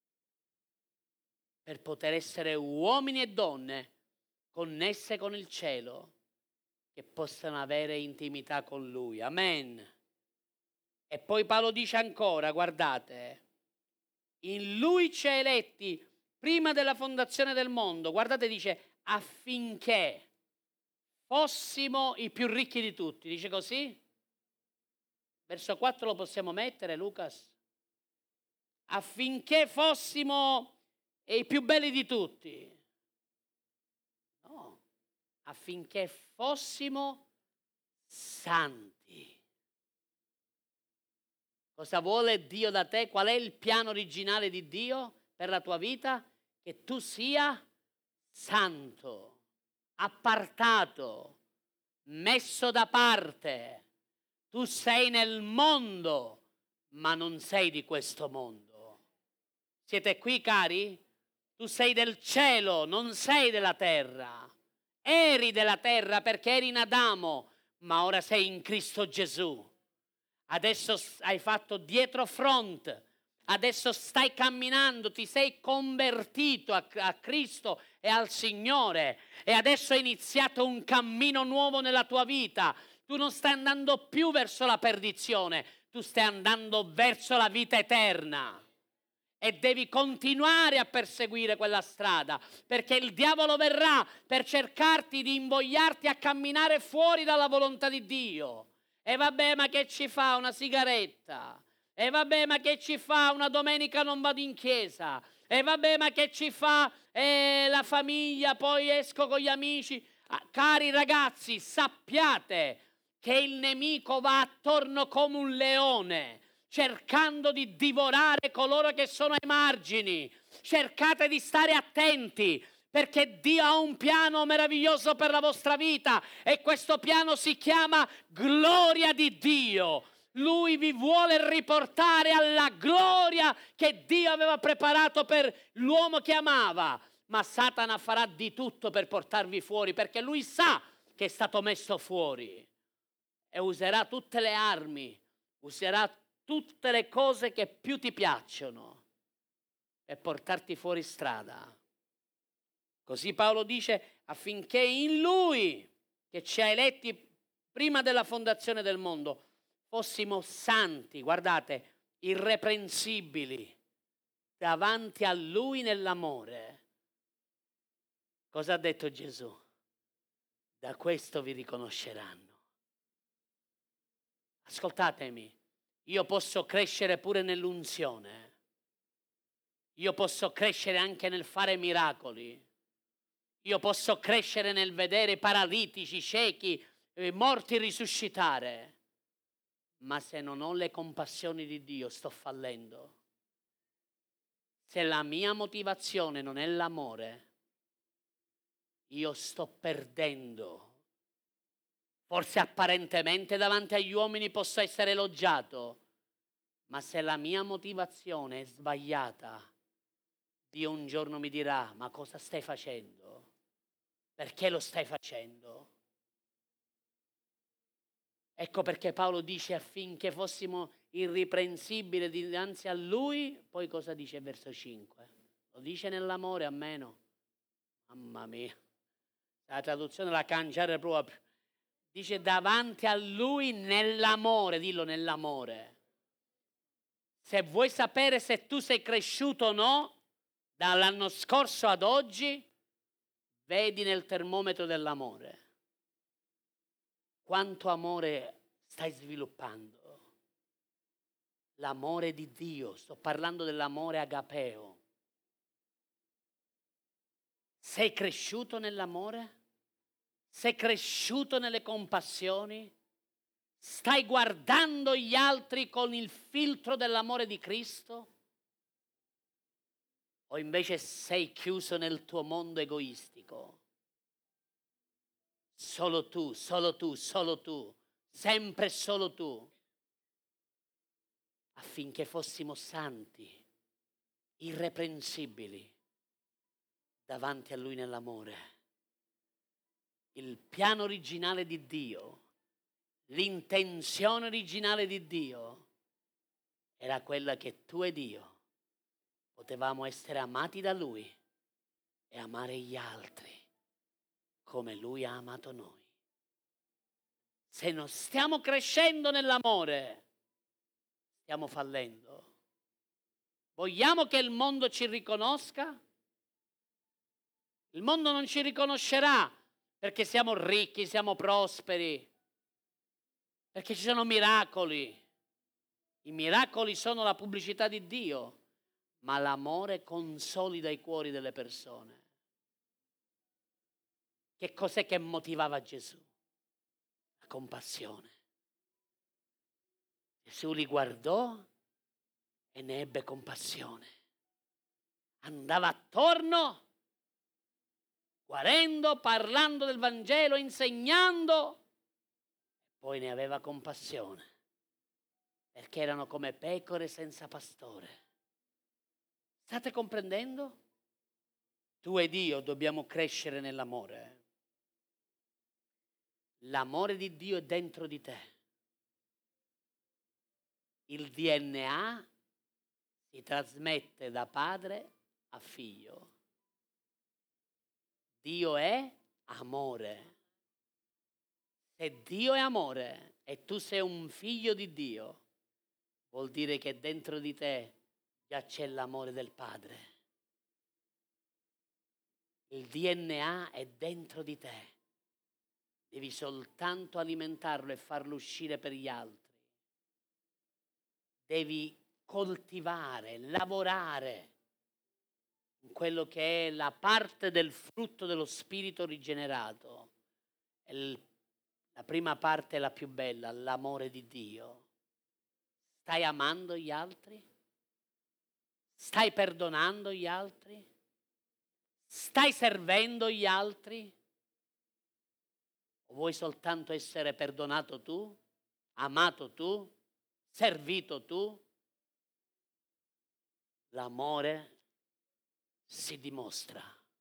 per poter essere uomini e donne connesse con il cielo, che possano avere intimità con Lui. Amen. E poi Paolo dice ancora, guardate, in Lui ci ha eletti prima della fondazione del mondo, guardate, dice, affinché fossimo i più ricchi di tutti, dice così? Verso 4 lo possiamo mettere, Lucas? Affinché fossimo i più belli di tutti. No, affinché fossimo santi. Cosa vuole Dio da te? Qual è il piano originale di Dio per la tua vita? Che tu sia santo. appartato, messo da parte. Tu sei nel mondo, ma non sei di questo mondo. Siete qui, cari? Tu sei del cielo, non sei della terra. Eri della terra perché eri in Adamo, ma ora sei in Cristo Gesù. Adesso hai fatto dietro front, adesso stai camminando, ti sei convertito a Cristo e al Signore e adesso è iniziato un cammino nuovo nella tua vita. Tu non stai andando più verso la perdizione, tu stai andando verso la vita eterna. E devi continuare a perseguire quella strada, perché il diavolo verrà per cercarti di invogliarti a camminare fuori dalla volontà di Dio. E vabbè, ma che ci fa una sigaretta? E vabbè, ma che ci fa una domenica non vado in chiesa? E vabbè, ma che ci fa la famiglia, poi esco con gli amici? Cari ragazzi, sappiate che il nemico va attorno come un leone, cercando di divorare coloro che sono ai margini. Cercate di stare attenti, perché Dio ha un piano meraviglioso per la vostra vita e questo piano si chiama gloria di Dio. Lui vi vuole riportare alla gloria che Dio aveva preparato per l'uomo che amava, ma Satana farà di tutto per portarvi fuori, perché lui sa che è stato messo fuori e userà tutte le armi, userà tutte le cose che più ti piacciono per portarti fuori strada. Così Paolo dice, affinché in Lui, che ci ha eletti prima della fondazione del mondo, fossimo santi, guardate, irreprensibili, davanti a Lui nell'amore. Cosa ha detto Gesù? Da questo vi riconosceranno. Ascoltatemi, io posso crescere pure nell'unzione, io posso crescere anche nel fare miracoli, io posso crescere nel vedere paralitici, ciechi, morti risuscitare, ma se non ho le compassioni di Dio sto fallendo. Se la mia motivazione non è l'amore, io sto perdendo. Forse apparentemente davanti agli uomini posso essere elogiato, ma se la mia motivazione è sbagliata, Dio un giorno mi dirà, ma cosa stai facendo? Perché lo stai facendo? Ecco perché Paolo dice affinché fossimo irriprensibili dinanzi a Lui, poi cosa dice il verso 5? Lo dice nell'amore, almeno. Mamma mia, la traduzione la cangiare proprio. Dice davanti a Lui nell'amore, dillo nell'amore. Se vuoi sapere se tu sei cresciuto o no, dall'anno scorso ad oggi, vedi nel termometro dell'amore. Quanto amore stai sviluppando? L'amore di Dio, sto parlando dell'amore agapeo. Sei cresciuto nell'amore? Sei cresciuto nelle compassioni? Stai guardando gli altri con il filtro dell'amore di Cristo? O invece sei chiuso nel tuo mondo egoistico? Solo tu, solo tu, solo tu, sempre solo tu. Affinché fossimo santi, irreprensibili, davanti a Lui nell'amore. Il piano originale di Dio, l'intenzione originale di Dio era quella che tu ed io potevamo essere amati da Lui e amare gli altri come Lui ha amato noi. Se non stiamo crescendo nell'amore, stiamo fallendo. Vogliamo che il mondo ci riconosca? Il mondo non ci riconoscerà perché siamo ricchi, siamo prosperi, perché ci sono miracoli. I miracoli sono la pubblicità di Dio, ma l'amore consolida i cuori delle persone. Che cos'è che motivava Gesù? La compassione. Gesù li guardò e ne ebbe compassione. Andava attorno, guarendo, parlando del Vangelo, insegnando. Poi ne aveva compassione, perché erano come pecore senza pastore. State comprendendo? Tu ed io dobbiamo crescere nell'amore. L'amore di Dio è dentro di te. Il DNA si trasmette da padre a figlio. Dio è amore. Se Dio è amore e tu sei un figlio di Dio, vuol dire che dentro di te già c'è l'amore del Padre. Il DNA è dentro di te. Devi soltanto alimentarlo e farlo uscire per gli altri. Devi coltivare, lavorare in quello che è la parte del frutto dello Spirito rigenerato. La prima parte è la più bella, l'amore di Dio. Stai amando gli altri? Stai perdonando gli altri? Stai servendo gli altri? O vuoi soltanto essere perdonato tu, amato tu, servito tu? L'amore si dimostra.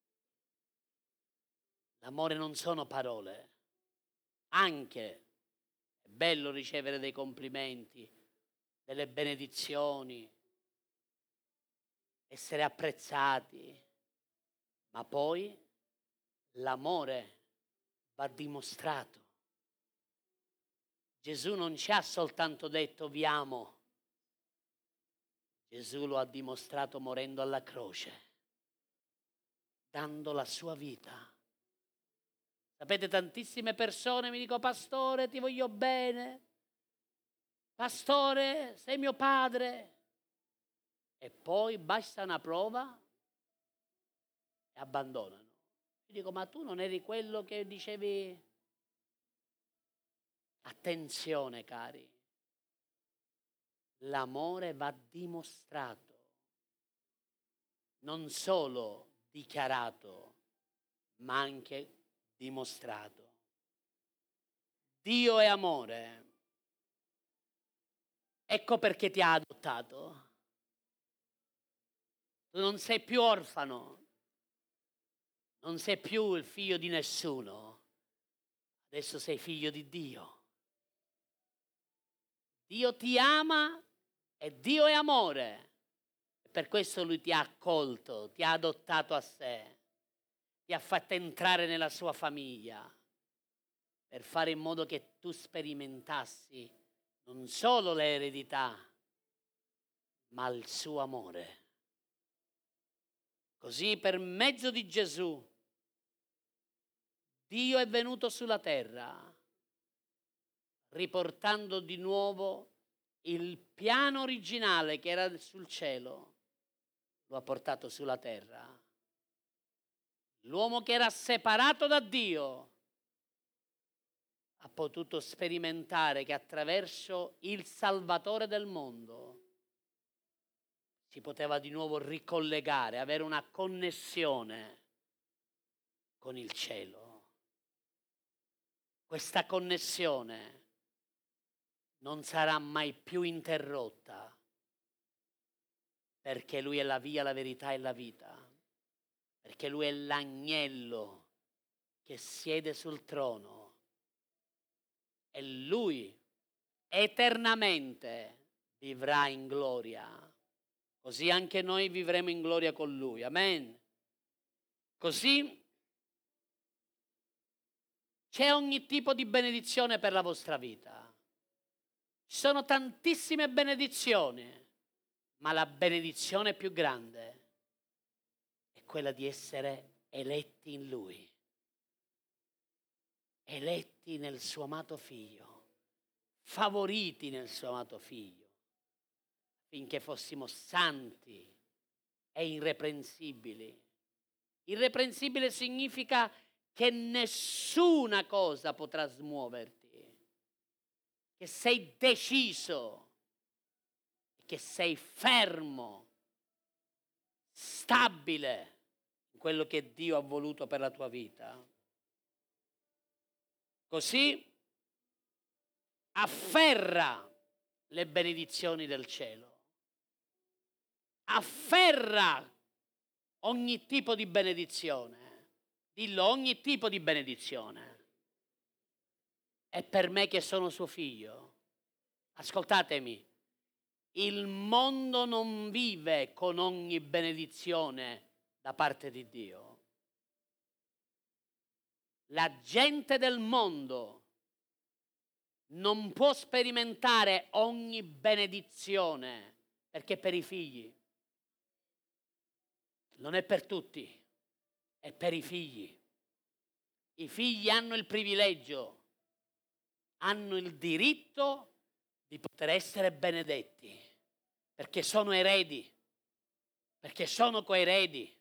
L'amore non sono parole. Anche è bello ricevere dei complimenti, delle benedizioni, essere apprezzati, ma poi l'amore va dimostrato. Gesù non ci ha soltanto detto vi amo, Gesù lo ha dimostrato morendo alla croce, dando la sua vita. Sapete, tantissime persone mi dicono pastore ti voglio bene, pastore sei mio padre, e poi basta una prova e abbandonano. Io dico ma tu non eri quello che dicevi? Attenzione cari, l'amore va dimostrato, non solo dichiarato, ma anche dimostrato. Dio è amore. Ecco perché ti ha adottato. Tu non sei più orfano, non sei più il figlio di nessuno, adesso sei figlio di Dio. Dio ti ama e Dio è amore. E per questo Lui ti ha accolto, ti ha adottato a sé, ti ha fatto entrare nella sua famiglia, per fare in modo che tu sperimentassi non solo l'eredità, ma il suo amore. Così per mezzo di Gesù Dio è venuto sulla terra, riportando di nuovo il piano originale che era sul cielo, lo ha portato sulla terra. L'uomo che era separato da Dio ha potuto sperimentare che attraverso il Salvatore del mondo si poteva di nuovo ricollegare, avere una connessione con il cielo. Questa connessione non sarà mai più interrotta, perché Lui è la via, la verità e la vita, perché Lui è l'agnello che siede sul trono e Lui eternamente vivrà in gloria, così anche noi vivremo in gloria con Lui, amen. Così c'è ogni tipo di benedizione per la vostra vita. Ci sono tantissime benedizioni, ma la benedizione più grande è quella di essere eletti in Lui, eletti nel suo amato Figlio, favoriti nel suo amato Figlio, finché fossimo santi e irreprensibili. Irreprensibile significa che nessuna cosa potrà smuoverti, che sei deciso, che sei fermo, stabile in quello che Dio ha voluto per la tua vita. Così afferra le benedizioni del cielo, afferra ogni tipo di benedizione, dillo, ogni tipo di benedizione. È per me che sono suo figlio. Ascoltatemi, il mondo non vive con ogni benedizione da parte di Dio. La gente del mondo non può sperimentare ogni benedizione perché è per i figli. Non è per tutti, è per i figli. I figli hanno il privilegio, hanno il diritto di poter essere benedetti, perché sono eredi, perché sono coeredi.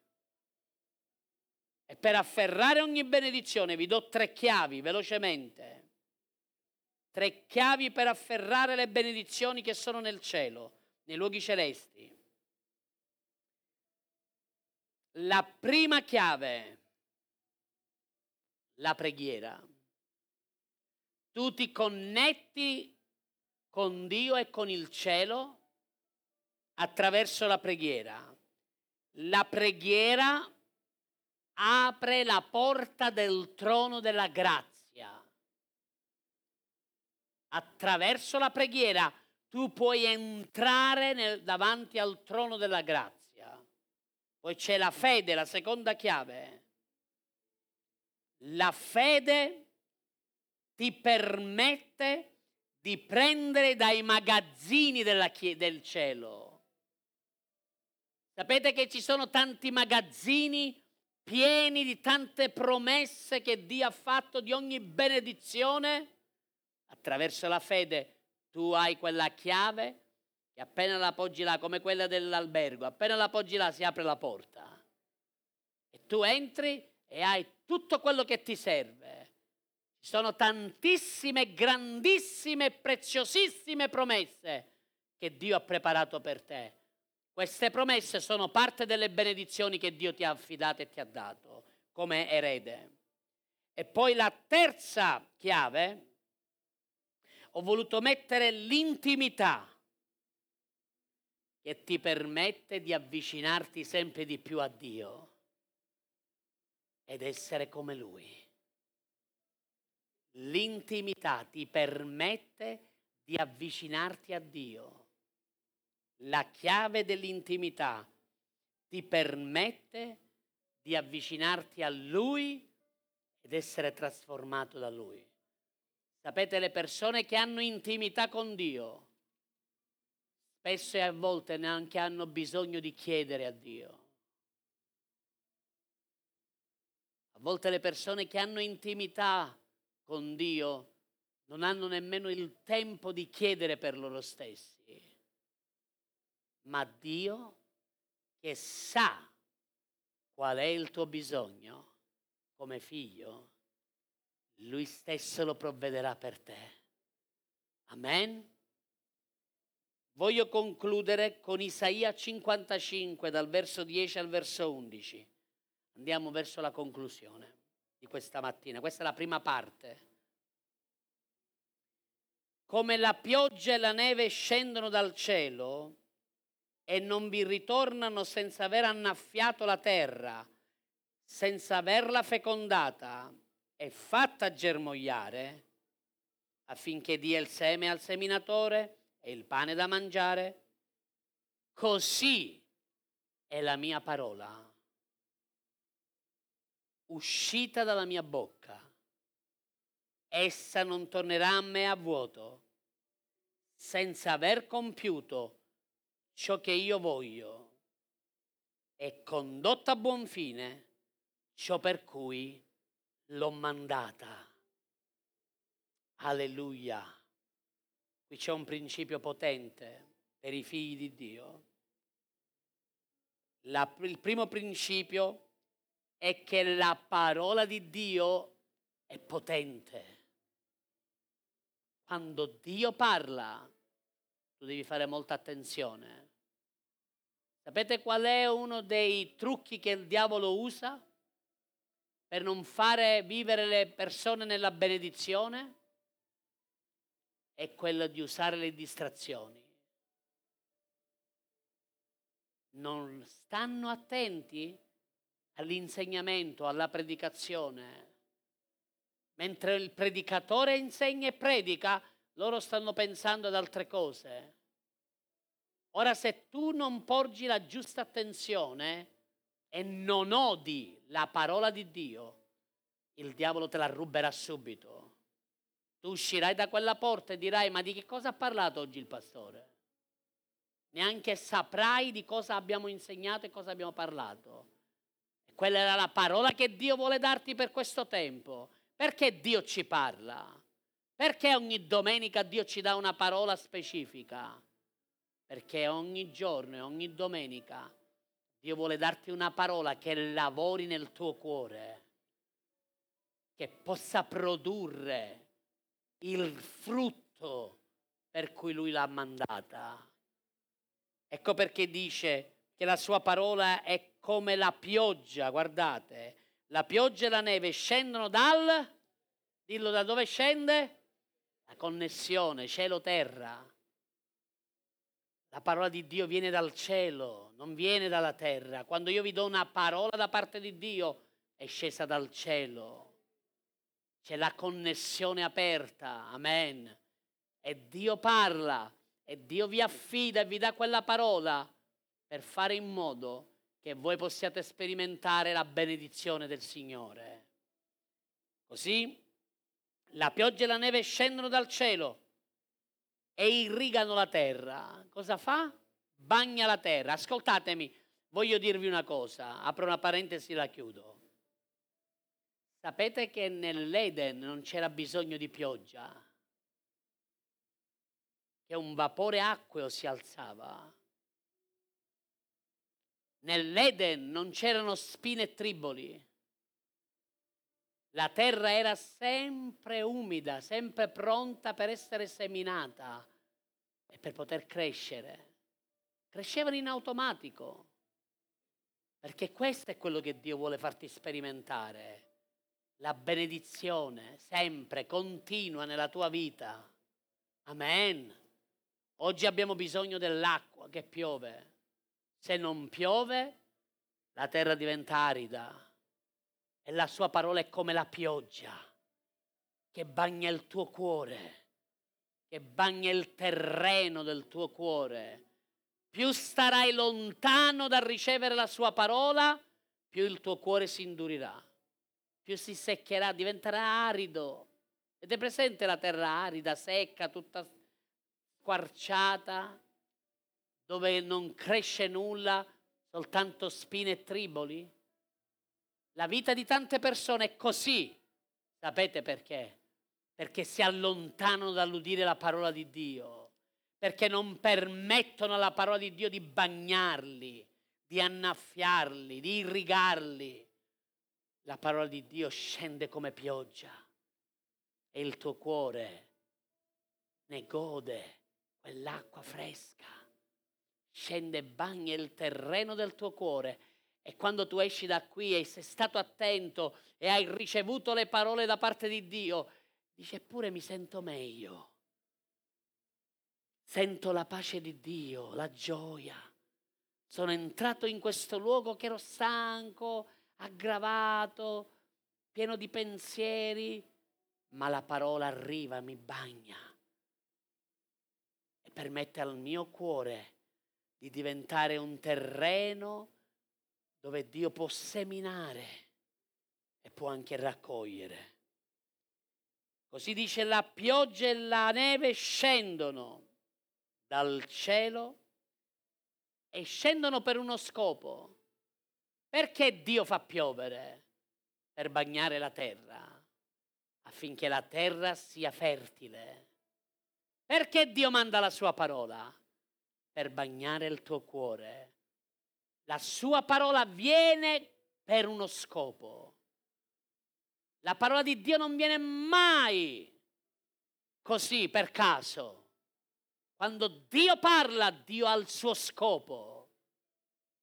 E per afferrare ogni benedizione vi do 3 chiavi velocemente. 3 chiavi per afferrare le benedizioni che sono nel cielo, nei luoghi celesti. La prima chiave, la preghiera. Tu ti connetti con Dio e con il cielo attraverso la preghiera. La preghiera apre la porta del trono della grazia. Attraverso la preghiera tu puoi entrare davanti al trono della grazia. Poi c'è la fede, la seconda chiave. La fede ti permette di prendere dai magazzini del cielo. Sapete che ci sono tanti magazzini pieni di tante promesse che Dio ha fatto, di ogni benedizione? Attraverso la fede tu hai quella chiave che appena la poggi là, come quella dell'albergo, appena la poggi là si apre la porta e tu entri e hai tutto quello che ti serve. Ci sono tantissime, grandissime, preziosissime promesse che Dio ha preparato per te. Queste promesse sono parte delle benedizioni che Dio ti ha affidato e ti ha dato come erede. E poi la terza chiave, ho voluto mettere l'intimità che ti permette di avvicinarti sempre di più a Dio ed essere come Lui. L'intimità ti permette di avvicinarti a Dio. La chiave dell'intimità ti permette di avvicinarti a Lui ed essere trasformato da Lui. Sapete, le persone che hanno intimità con Dio spesso e a volte neanche hanno bisogno di chiedere a Dio. A volte le persone che hanno intimità con Dio non hanno nemmeno il tempo di chiedere per loro stessi. Ma Dio, che sa qual è il tuo bisogno come figlio, Lui stesso lo provvederà per te. Amen? Voglio concludere con Isaia 55 dal verso 10 al verso 11. Andiamo verso la conclusione di questa mattina. Questa è la prima parte. Come la pioggia e la neve scendono dal cielo e non vi ritornano senza aver annaffiato la terra, senza averla fecondata e fatta germogliare, affinché dia il seme al seminatore e il pane da mangiare, così è la mia parola uscita dalla mia bocca. Essa non tornerà a me a vuoto, senza aver compiuto ciò che io voglio e condotto a buon fine ciò per cui l'ho mandata. Alleluia. Qui c'è un principio potente per i figli di Dio. Il primo principio è che la parola di Dio è potente. Quando Dio parla, tu devi fare molta attenzione. Sapete qual è uno dei trucchi che il diavolo usa per non fare vivere le persone nella benedizione? È quello di usare le distrazioni. Non stanno attenti all'insegnamento, alla predicazione. Mentre il predicatore insegna e predica, loro stanno pensando ad altre cose. Ora, se tu non porgi la giusta attenzione e non odi la parola di Dio, il diavolo te la ruberà subito. Tu uscirai da quella porta e dirai: ma di che cosa ha parlato oggi il pastore? Neanche saprai di cosa abbiamo insegnato e cosa abbiamo parlato. E quella era la parola che Dio vuole darti per questo tempo. Perché Dio ci parla? Perché ogni domenica Dio ci dà una parola specifica? Perché ogni giorno e ogni domenica Dio vuole darti una parola che lavori nel tuo cuore, che possa produrre il frutto per cui Lui l'ha mandata. Ecco perché dice che la sua parola è come la pioggia, guardate, la pioggia e la neve scendono dillo da dove scende? La connessione cielo-terra. La parola di Dio viene dal cielo, non viene dalla terra. Quando io vi do una parola da parte di Dio, è scesa dal cielo. C'è la connessione aperta, amen. E Dio parla, e Dio vi affida e vi dà quella parola per fare in modo che voi possiate sperimentare la benedizione del Signore. Così la pioggia e la neve scendono dal cielo e irrigano la terra. Cosa fa? Bagna la terra. Ascoltatemi, voglio dirvi una cosa, apro una parentesi e la chiudo. Sapete che nell'Eden non c'era bisogno di pioggia, che un vapore acqueo si alzava. Nell'Eden non c'erano spine e triboli. La terra era sempre umida, sempre pronta per essere seminata e per poter crescere. Crescevano in automatico, perché questo è quello che Dio vuole farti sperimentare. La benedizione sempre continua nella tua vita. Amen. Oggi abbiamo bisogno dell'acqua che piove. Se non piove, la terra diventa arida. E la sua parola è come la pioggia che bagna il tuo cuore, che bagna il terreno del tuo cuore. Più starai lontano dal ricevere la sua parola, più il tuo cuore si indurirà, più si seccherà, diventerà arido. Avete presente la terra arida, secca, tutta squarciata, dove non cresce nulla, soltanto spine e triboli? La vita di tante persone è così. Sapete perché? Perché si allontanano dall'udire la parola di Dio, perché non permettono alla parola di Dio di bagnarli, di annaffiarli, di irrigarli. La parola di Dio scende come pioggia e il tuo cuore ne gode quell'acqua fresca. Scende e bagna il terreno del tuo cuore. E quando tu esci da qui e sei stato attento e hai ricevuto le parole da parte di Dio, dici: eppure mi sento meglio. Sento la pace di Dio, la gioia. Sono entrato in questo luogo che ero stanco, aggravato, pieno di pensieri, ma la parola arriva, mi bagna e permette al mio cuore di diventare un terreno dove Dio può seminare e può anche raccogliere. Così dice: la pioggia e la neve scendono dal cielo e scendono per uno scopo. Perché Dio fa piovere? Per bagnare la terra, affinché la terra sia fertile. Perché Dio manda la sua parola? Per bagnare il tuo cuore. La sua parola viene per uno scopo. La parola di Dio non viene mai così per caso. Quando Dio parla, Dio ha il suo scopo.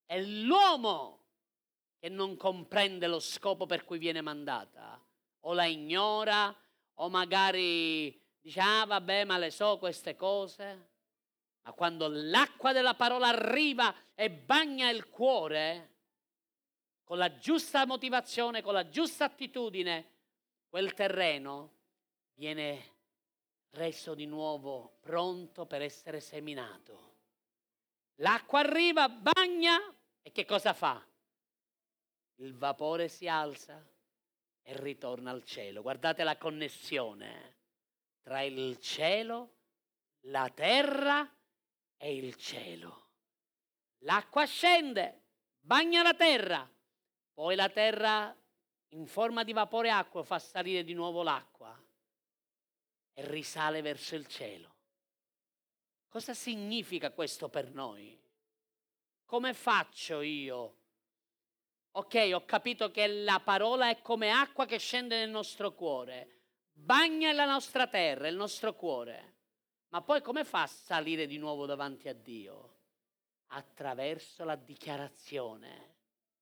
È l'uomo che non comprende lo scopo per cui viene mandata, o la ignora, o magari dice, vabbè, ma le so queste cose. Ma quando l'acqua della parola arriva e bagna il cuore, con la giusta motivazione, con la giusta attitudine, quel terreno viene reso di nuovo pronto per essere seminato. L'acqua arriva, bagna e che cosa fa? Il vapore si alza e ritorna al cielo. Guardate la connessione tra il cielo, la terra e il cielo. L'acqua scende, bagna la terra, poi la terra in forma di vapore acqua fa salire di nuovo l'acqua e risale verso il cielo. Cosa significa questo per noi? Come faccio io? Ok, ho capito che la parola è come acqua che scende nel nostro cuore, bagna la nostra terra, il nostro cuore, ma poi come fa a salire di nuovo davanti a Dio? Attraverso la dichiarazione.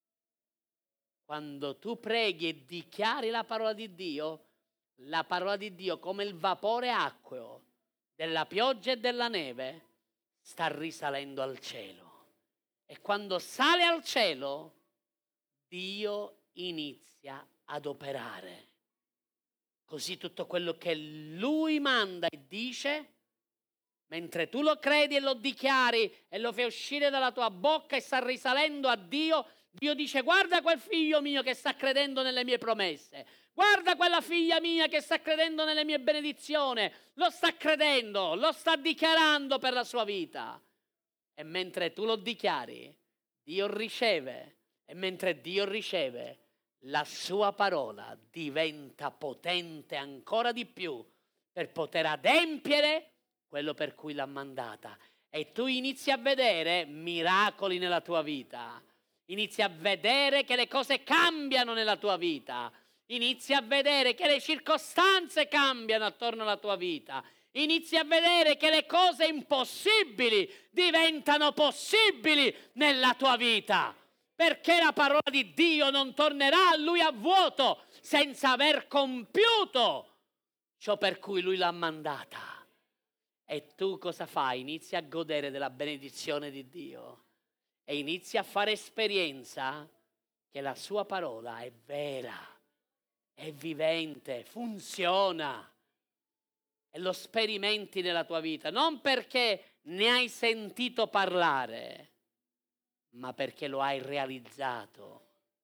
Quando tu preghi e dichiari la parola di Dio come il vapore acqueo della pioggia e della neve sta risalendo al cielo. E quando sale al cielo, Dio inizia ad operare. Così tutto quello che Lui manda e dice, mentre tu lo credi e lo dichiari e lo fai uscire dalla tua bocca e sta risalendo a Dio, Dio dice, guarda quel figlio mio che sta credendo nelle mie promesse, guarda quella figlia mia che sta credendo nelle mie benedizioni, lo sta credendo, lo sta dichiarando per la sua vita. E mentre tu lo dichiari, Dio riceve, e mentre Dio riceve, la sua parola diventa potente ancora di più per poter adempiere quello per cui l'ha mandata. E tu inizi a vedere miracoli nella tua vita, inizi a vedere che le cose cambiano nella tua vita, inizi a vedere che le circostanze cambiano attorno alla tua vita, inizi a vedere che le cose impossibili diventano possibili nella tua vita, perché la parola di Dio non tornerà a Lui a vuoto senza aver compiuto ciò per cui Lui l'ha mandata. E tu cosa fai? Inizi a godere della benedizione di Dio e inizi a fare esperienza che la sua parola è vera, è vivente, funziona. E lo sperimenti nella tua vita, non perché ne hai sentito parlare, ma perché lo hai realizzato.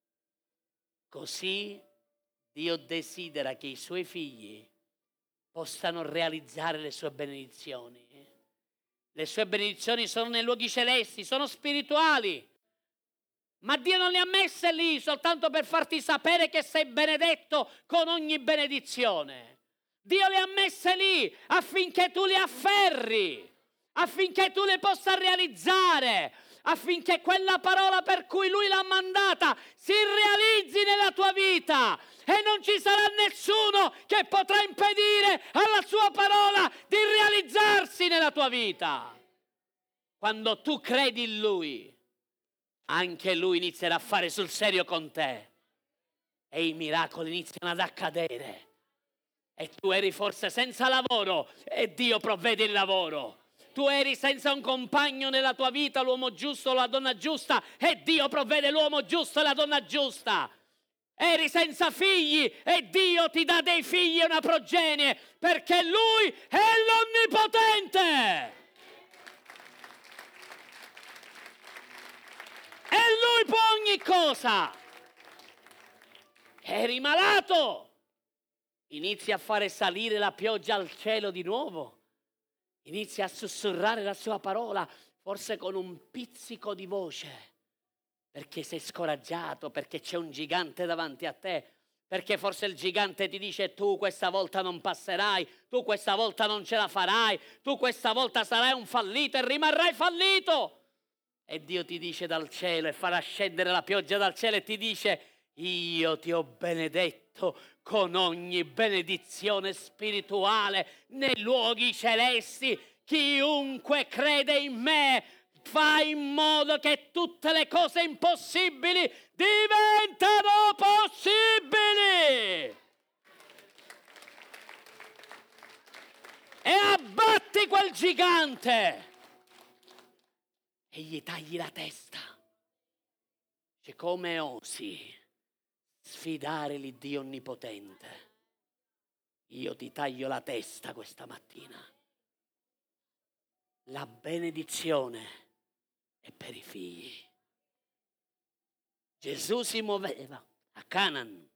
Così Dio desidera che i suoi figli possano realizzare le sue benedizioni. Le sue benedizioni sono nei luoghi celesti, sono spirituali, ma Dio non le ha messe lì soltanto per farti sapere che sei benedetto con ogni benedizione. Dio le ha messe lì affinché tu le afferri, affinché tu le possa realizzare, affinché quella parola per cui Lui l'ha mandata si realizzi nella tua vita e non ci sarà nessuno che potrà impedire alla sua parola di realizzarsi nella tua vita. Quando tu credi in Lui, anche Lui inizierà a fare sul serio con te e i miracoli iniziano ad accadere. E tu eri forse senza lavoro e Dio provvede il lavoro. Tu eri senza un compagno nella tua vita, l'uomo giusto o la donna giusta, e Dio provvede l'uomo giusto e la donna giusta. Eri senza figli e Dio ti dà dei figli e una progenie, perché Lui è l'Onnipotente. E Lui può ogni cosa. Eri malato. Inizi a fare salire la pioggia al cielo di nuovo. Inizi a sussurrare la sua parola, forse con un pizzico di voce, perché sei scoraggiato, perché c'è un gigante davanti a te, perché forse il gigante ti dice tu questa volta non passerai, tu questa volta non ce la farai, tu questa volta sarai un fallito e rimarrai fallito. E Dio ti dice dal cielo e farà scendere la pioggia dal cielo e ti dice io ti ho benedetto con ogni benedizione spirituale nei luoghi celesti. Chiunque crede in me fa in modo che tutte le cose impossibili diventano possibili. E abbatti quel gigante e gli tagli la testa. Cioè, come osi sfidare l'Iddio onnipotente? Io ti taglio la testa questa mattina. La benedizione è per i figli. Gesù si muoveva a Canaan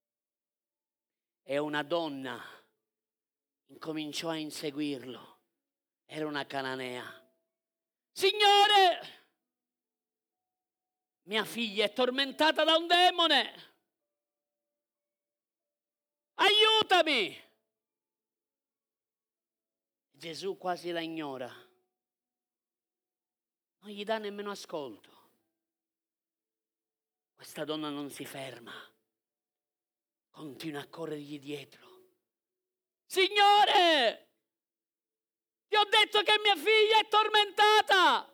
e una donna incominciò a inseguirlo. Era una cananea. Signore, mia figlia è tormentata da un demone. Aiutami! Gesù quasi la ignora. Non gli dà nemmeno ascolto. Questa donna non si ferma. Continua a corrergli dietro. Signore, ti ho detto che mia figlia è tormentata.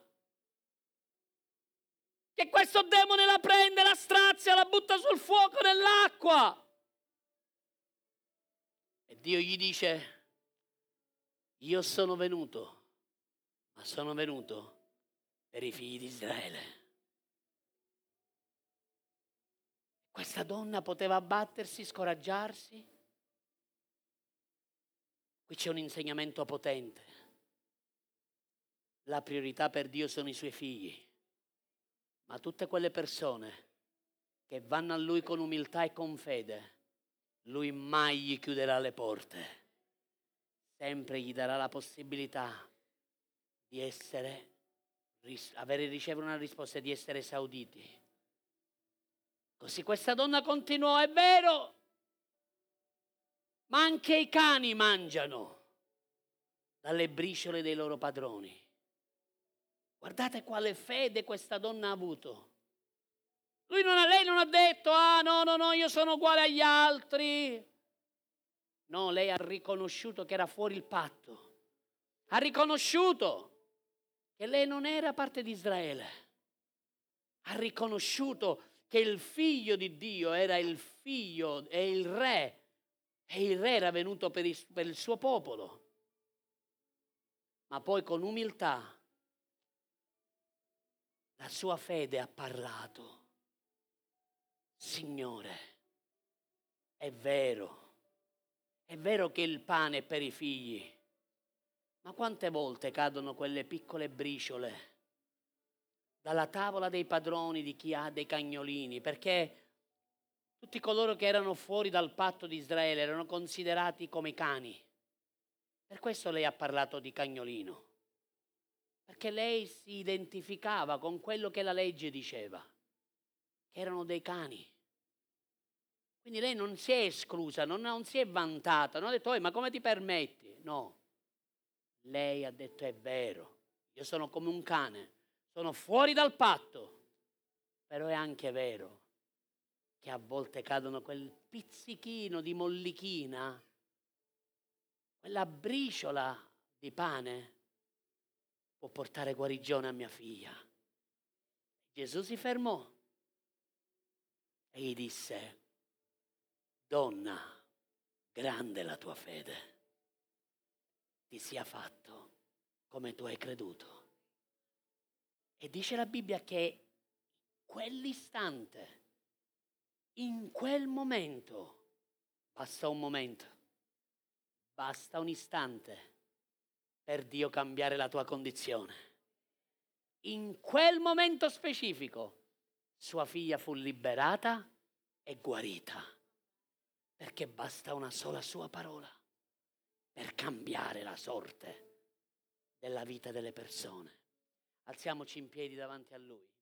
Che questo demone la prende, la strazia, la butta sul fuoco, nell'acqua. E Dio gli dice: io sono venuto, ma sono venuto per i figli di Israele. Questa donna poteva abbattersi, scoraggiarsi. Qui c'è un insegnamento potente. La priorità per Dio sono i suoi figli, ma tutte quelle persone che vanno a Lui con umiltà e con fede, Lui mai gli chiuderà le porte. Sempre gli darà la possibilità di ricevere una risposta e di essere esauditi. Così questa donna continuò: è vero, ma anche i cani mangiano dalle briciole dei loro padroni. Guardate quale fede questa donna ha avuto. Lei non ha detto: ah no, io sono uguale agli altri. No, lei ha riconosciuto che era fuori il patto. Ha riconosciuto che lei non era parte di Israele. Ha riconosciuto che il figlio di Dio era il figlio e il re era venuto per il suo popolo. Ma poi con umiltà la sua fede ha parlato. Signore, è vero che il pane è per i figli, ma quante volte cadono quelle piccole briciole dalla tavola dei padroni di chi ha dei cagnolini, perché tutti coloro che erano fuori dal patto di Israele erano considerati come cani. Per questo lei ha parlato di cagnolino, perché lei si identificava con quello che la legge diceva, che erano dei cani. Quindi lei non si è esclusa, non si è vantata, non ha detto: ma come ti permetti? No, lei ha detto: è vero, io sono come un cane, sono fuori dal patto, però è anche vero che a volte cadono quel pizzichino di mollichina, quella briciola di pane può portare guarigione a mia figlia. Gesù si fermò e gli disse: donna, grande la tua fede, ti sia fatto come tu hai creduto. E dice la Bibbia che quell'istante, in quel momento, basta un momento, basta un istante per Dio cambiare la tua condizione. In quel momento specifico sua figlia fu liberata e guarita, perché basta una sola sua parola per cambiare la sorte della vita delle persone. Alziamoci in piedi davanti a Lui.